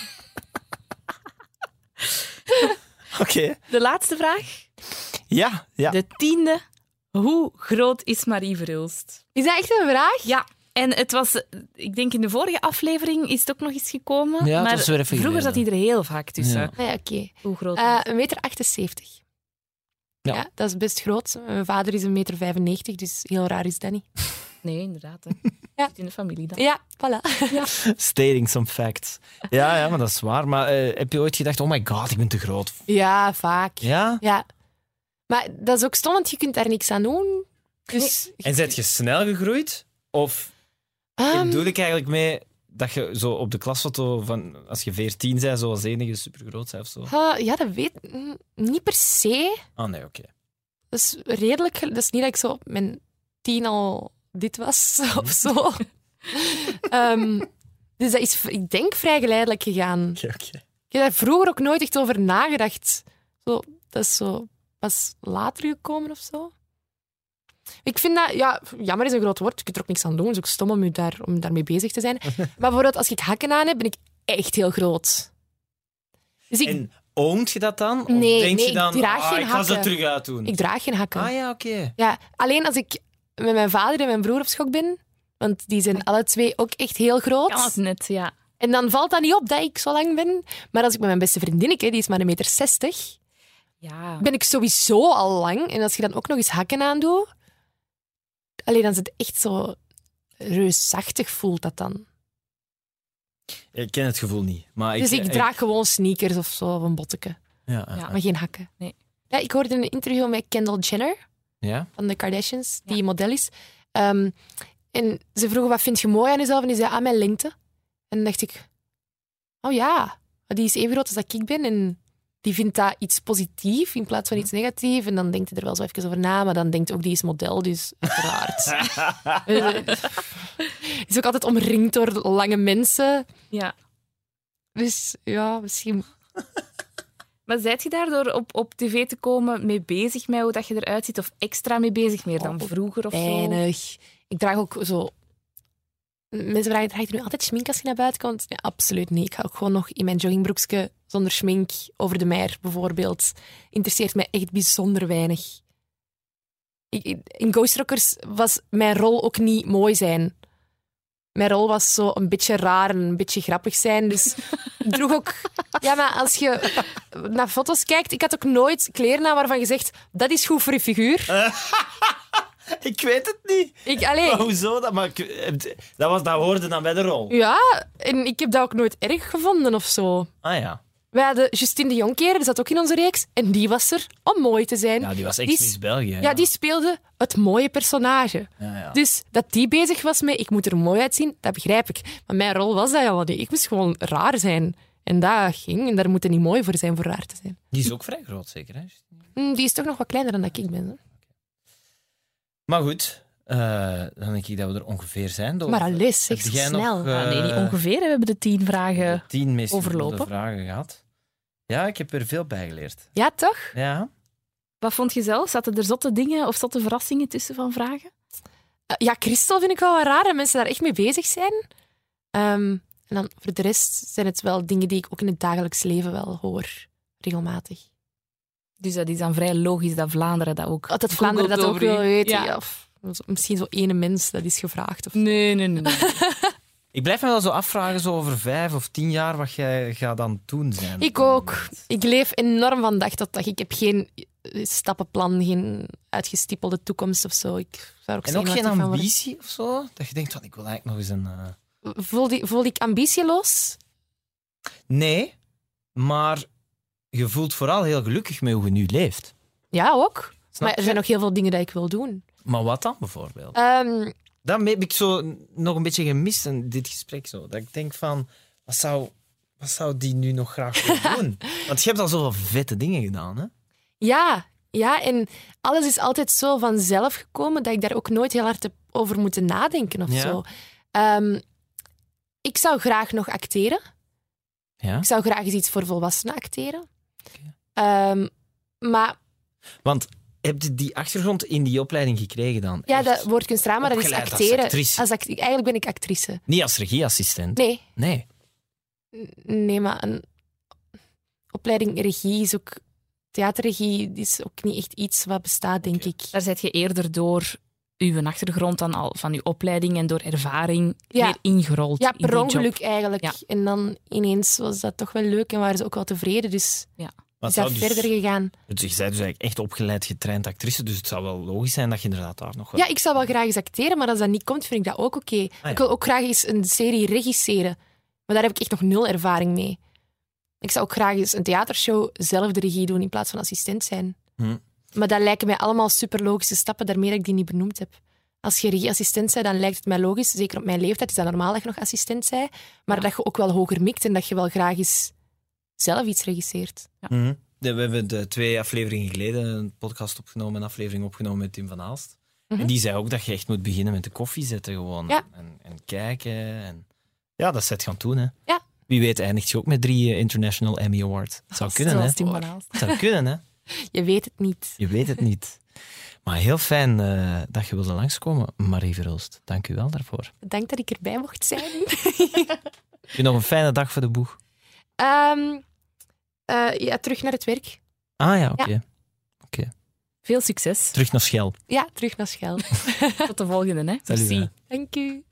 [SPEAKER 2] Oké.
[SPEAKER 4] De laatste vraag.
[SPEAKER 2] Ja.
[SPEAKER 4] De 10e. Hoe groot is Marie Verhulst?
[SPEAKER 3] Is dat echt een vraag?
[SPEAKER 4] Ja. En het was, ik denk in de vorige aflevering is het ook nog eens gekomen.
[SPEAKER 2] Ja, het
[SPEAKER 4] maar
[SPEAKER 2] was weer even
[SPEAKER 4] vroeger zat hij
[SPEAKER 2] geleden.
[SPEAKER 4] er heel vaak tussen.
[SPEAKER 2] Ja.
[SPEAKER 3] Ja, oké.
[SPEAKER 4] Hoe groot?
[SPEAKER 3] 1,78 meter.
[SPEAKER 2] Ja.
[SPEAKER 3] Ja, dat is best groot. Mijn vader is 1,95 meter, dus heel raar is dat niet.
[SPEAKER 4] Nee, inderdaad. Hè.
[SPEAKER 3] Ja.
[SPEAKER 4] Zit in de familie dan.
[SPEAKER 3] Ja, voilà.
[SPEAKER 2] Stating some facts. Ja, maar dat is waar. Maar heb je ooit gedacht, oh my god, ik ben te groot?
[SPEAKER 3] Ja, vaak.
[SPEAKER 2] Ja?
[SPEAKER 3] Ja. Maar dat is ook stom, want je kunt daar niks aan doen. Dus,
[SPEAKER 2] En zet je snel gegroeid? Of bedoel ik eigenlijk mee dat je zo op de klasfoto van als je 14 bent, zo als enige supergroot bent of zo?
[SPEAKER 3] ja, dat weet niet per se.
[SPEAKER 2] Ah, nee, oké.
[SPEAKER 3] Dat is redelijk... Dat is niet dat ik zo op mijn 10 al dit was, of zo. Dus dat is, ik denk, vrij geleidelijk gegaan.
[SPEAKER 2] Oké.
[SPEAKER 3] Ik heb daar vroeger ook nooit echt over nagedacht. Zo, dat is zo pas later gekomen of zo. Ik vind dat... Ja, jammer is een groot woord. Je kunt er ook niks aan doen. Het is ook stom om daarmee bezig te zijn. Maar bijvoorbeeld, als ik hakken aan heb, ben ik echt heel groot. Dus
[SPEAKER 2] En oomt je dat dan? Of
[SPEAKER 3] Nee,
[SPEAKER 2] denk
[SPEAKER 3] nee,
[SPEAKER 2] je dan,
[SPEAKER 3] ik draag geen
[SPEAKER 2] ik ga ze
[SPEAKER 3] hakken.
[SPEAKER 2] terug uitdoen?
[SPEAKER 3] ik draag geen hakken.
[SPEAKER 2] Ah ja, oké.
[SPEAKER 3] Ja, alleen als ik met mijn vader en mijn broer op schok ben, want die zijn alle twee ook echt heel groot.
[SPEAKER 4] Kan het net, ja.
[SPEAKER 3] En dan valt dat niet op dat ik zo lang ben. Maar als ik met mijn beste vriendinnetje, die is maar 1,60 meter,
[SPEAKER 4] Ja.
[SPEAKER 3] ben ik sowieso al lang. En als je dan ook nog eens hakken aandoet, alleen dan is het echt zo reusachtig voelt dat dan.
[SPEAKER 2] Ik ken het gevoel niet. Maar
[SPEAKER 3] Dus ik draag gewoon sneakers of zo, of een botteke,
[SPEAKER 2] Ja.
[SPEAKER 3] maar geen hakken.
[SPEAKER 4] Nee.
[SPEAKER 3] Ja, ik hoorde in een interview met Kendall Jenner
[SPEAKER 2] Ja?
[SPEAKER 3] van de Kardashians, die
[SPEAKER 4] Ja.
[SPEAKER 3] model is. En ze vroegen, wat vind je mooi aan jezelf? En die zei, mijn lengte. En dan dacht ik, oh ja, die is even groot als dat ik ben. En die vindt dat iets positief in plaats van iets negatiefs. En dan denkt hij er wel zo even over na. Maar dan denkt hij ook, die is model, dus uiteraard. Is ook altijd omringd door lange mensen.
[SPEAKER 4] Ja.
[SPEAKER 3] Dus ja, misschien...
[SPEAKER 4] Maar zijt je daardoor op tv te komen mee bezig met hoe dat je eruit ziet? Of extra mee bezig, meer dan vroeger of zo?
[SPEAKER 3] Weinig. Ik draag ook zo... Mensen vragen, draag je nu altijd schmink als je naar buiten komt? Nee, absoluut niet. Ik ga ook gewoon nog in mijn joggingbroekje zonder schmink over de mer, bijvoorbeeld. Interesseert mij echt bijzonder weinig. In Ghost Rockers was mijn rol ook niet mooi zijn. Mijn rol was zo een beetje raar en een beetje grappig zijn. Dus ik droeg ook... Ja, maar als je naar foto's kijkt, ik had ook nooit kleren aan waarvan je zegt, dat is goed voor je figuur.
[SPEAKER 2] Ik weet het niet. Maar hoezo? Dat hoorde dan bij de rol.
[SPEAKER 3] Ja, en ik heb dat ook nooit erg gevonden of zo.
[SPEAKER 2] Ah ja.
[SPEAKER 3] Wij hadden Justine de Jonker, die zat ook in onze reeks. En die was er om mooi te zijn.
[SPEAKER 2] Ja, die was ex-Miss België.
[SPEAKER 3] Ja, die speelde het mooie personage.
[SPEAKER 2] Ja.
[SPEAKER 3] Dus dat die bezig was met, ik moet er mooi uitzien, dat begrijp ik. Maar mijn rol was dat helemaal niet. Ik moest gewoon raar zijn. En dat ging. En daar moet je niet mooi voor zijn, voor raar te zijn.
[SPEAKER 2] Die is ook vrij groot, zeker, hè?
[SPEAKER 3] Die is toch nog wat kleiner dan dat ik ben. Hè?
[SPEAKER 2] Maar goed, dan denk ik dat we er ongeveer zijn.
[SPEAKER 3] Maar alles, zeg zo snel.
[SPEAKER 4] Nee, niet ongeveer. We hebben de 10 vragen
[SPEAKER 2] de 10 meest
[SPEAKER 4] overlopen.
[SPEAKER 2] Vragen gehad. Ja, ik heb er veel bij geleerd.
[SPEAKER 3] Ja, toch?
[SPEAKER 2] Ja.
[SPEAKER 4] Wat vond je zelf? Zaten er zotte dingen of zotte verrassingen tussen van vragen?
[SPEAKER 3] Ja, Christel vind ik wel wat raar dat mensen daar echt mee bezig zijn. En dan voor de rest zijn het wel dingen die ik ook in het dagelijks leven wel hoor, regelmatig.
[SPEAKER 4] Dus dat is dan vrij logisch dat Vlaanderen dat ook...
[SPEAKER 3] Dat Vlaanderen dat ook wil weten.
[SPEAKER 4] Ja.
[SPEAKER 3] Ja, of misschien zo ene mens dat is gevraagd. Of...
[SPEAKER 4] Nee.
[SPEAKER 2] Ik blijf me wel zo afvragen, zo over 5 of 10 jaar, wat jij gaat dan doen zijn.
[SPEAKER 3] Ik ook. Ik leef enorm van dag tot dag. Ik heb geen stappenplan, geen uitgestippelde toekomst of zo. Ik zou ook
[SPEAKER 2] en ook geen
[SPEAKER 3] van worden.
[SPEAKER 2] ambitie of zo? Dat je denkt, ik wil eigenlijk nog eens een...
[SPEAKER 3] Voel ik ambitieloos?
[SPEAKER 2] Nee, maar je voelt vooral heel gelukkig met hoe je nu leeft.
[SPEAKER 3] Ja, ook.
[SPEAKER 2] Snap
[SPEAKER 3] Maar er zijn nog heel veel dingen die ik wil doen.
[SPEAKER 2] Maar wat dan, bijvoorbeeld? Dat heb ik zo nog een beetje gemist in dit gesprek. Zo. Dat ik denk van, wat zou die nu nog graag willen doen? Want je hebt al zoveel vette dingen gedaan, hè?
[SPEAKER 3] Ja, en alles is altijd zo vanzelf gekomen dat ik daar ook nooit heel hard heb over moeten nadenken of zo. Ik zou graag nog acteren.
[SPEAKER 2] Ja?
[SPEAKER 3] Ik zou graag eens iets voor volwassenen acteren. Maar...
[SPEAKER 2] Want heb je die achtergrond in die opleiding gekregen dan?
[SPEAKER 3] Ja, dat woord kunstdrama, dat is
[SPEAKER 2] opgeleid
[SPEAKER 3] acteren.
[SPEAKER 2] Als actrice.
[SPEAKER 3] Eigenlijk ben ik actrice.
[SPEAKER 2] Niet als regieassistent?
[SPEAKER 3] Nee. Nee, maar een opleiding regie is ook... Theaterregie is ook niet echt iets wat bestaat, denk ik.
[SPEAKER 4] Daar zit je eerder door uw achtergrond dan al van uw opleiding en door ervaring meer ingerold.
[SPEAKER 3] Ja, per
[SPEAKER 4] in die
[SPEAKER 3] ongeluk
[SPEAKER 4] job.
[SPEAKER 3] eigenlijk.
[SPEAKER 4] Ja.
[SPEAKER 3] En dan ineens was dat toch wel leuk en waren ze ook wel tevreden. Dus is dat verder gegaan.
[SPEAKER 2] Dus je bent dus eigenlijk echt opgeleid, getraind actrice, dus het zou wel logisch zijn dat je inderdaad daar nog wel...
[SPEAKER 3] Ja, ik zou wel graag eens acteren, maar als dat niet komt, vind ik dat ook oké. Ik wil ook graag eens een serie regisseren. Maar daar heb ik echt nog 0 ervaring mee. Ik zou ook graag eens een theatershow zelf de regie doen in plaats van assistent zijn. Maar dat lijken mij allemaal super logische stappen, daarmee dat ik die niet benoemd heb. Als je regieassistent bent, dan lijkt het mij logisch, zeker op mijn leeftijd is dat normaal dat je nog assistent bent, maar dat je ook wel hoger mikt en dat je wel graag eens zelf iets regisseert.
[SPEAKER 2] Ja. We hebben 2 afleveringen geleden een podcast opgenomen, een aflevering opgenomen met Tim van Aalst. En die zei ook dat je echt moet beginnen met de koffie zetten gewoon.
[SPEAKER 3] Ja.
[SPEAKER 2] En kijken. En... Ja, dat is het gaan doen, hè.
[SPEAKER 3] Ja.
[SPEAKER 2] Wie weet eindigt je ook met 3 International Emmy Awards. Het zou kunnen, hè.
[SPEAKER 4] Tim van Aalst.
[SPEAKER 2] Het zou kunnen, hè.
[SPEAKER 3] Je weet het niet.
[SPEAKER 2] Je weet het niet. Maar heel fijn dat je wilde langskomen, Marie Verhulst. Dank u wel daarvoor.
[SPEAKER 3] Dank dat ik erbij mocht zijn.
[SPEAKER 2] Heb je nog een fijne dag voor de boeg?
[SPEAKER 3] Ja, terug naar het werk.
[SPEAKER 2] Ah ja, oké.
[SPEAKER 4] Veel succes.
[SPEAKER 2] Terug naar Schel.
[SPEAKER 3] Ja, terug naar Schel.
[SPEAKER 4] Tot de volgende, hè.
[SPEAKER 2] Salut,
[SPEAKER 4] Merci.
[SPEAKER 3] Dank u.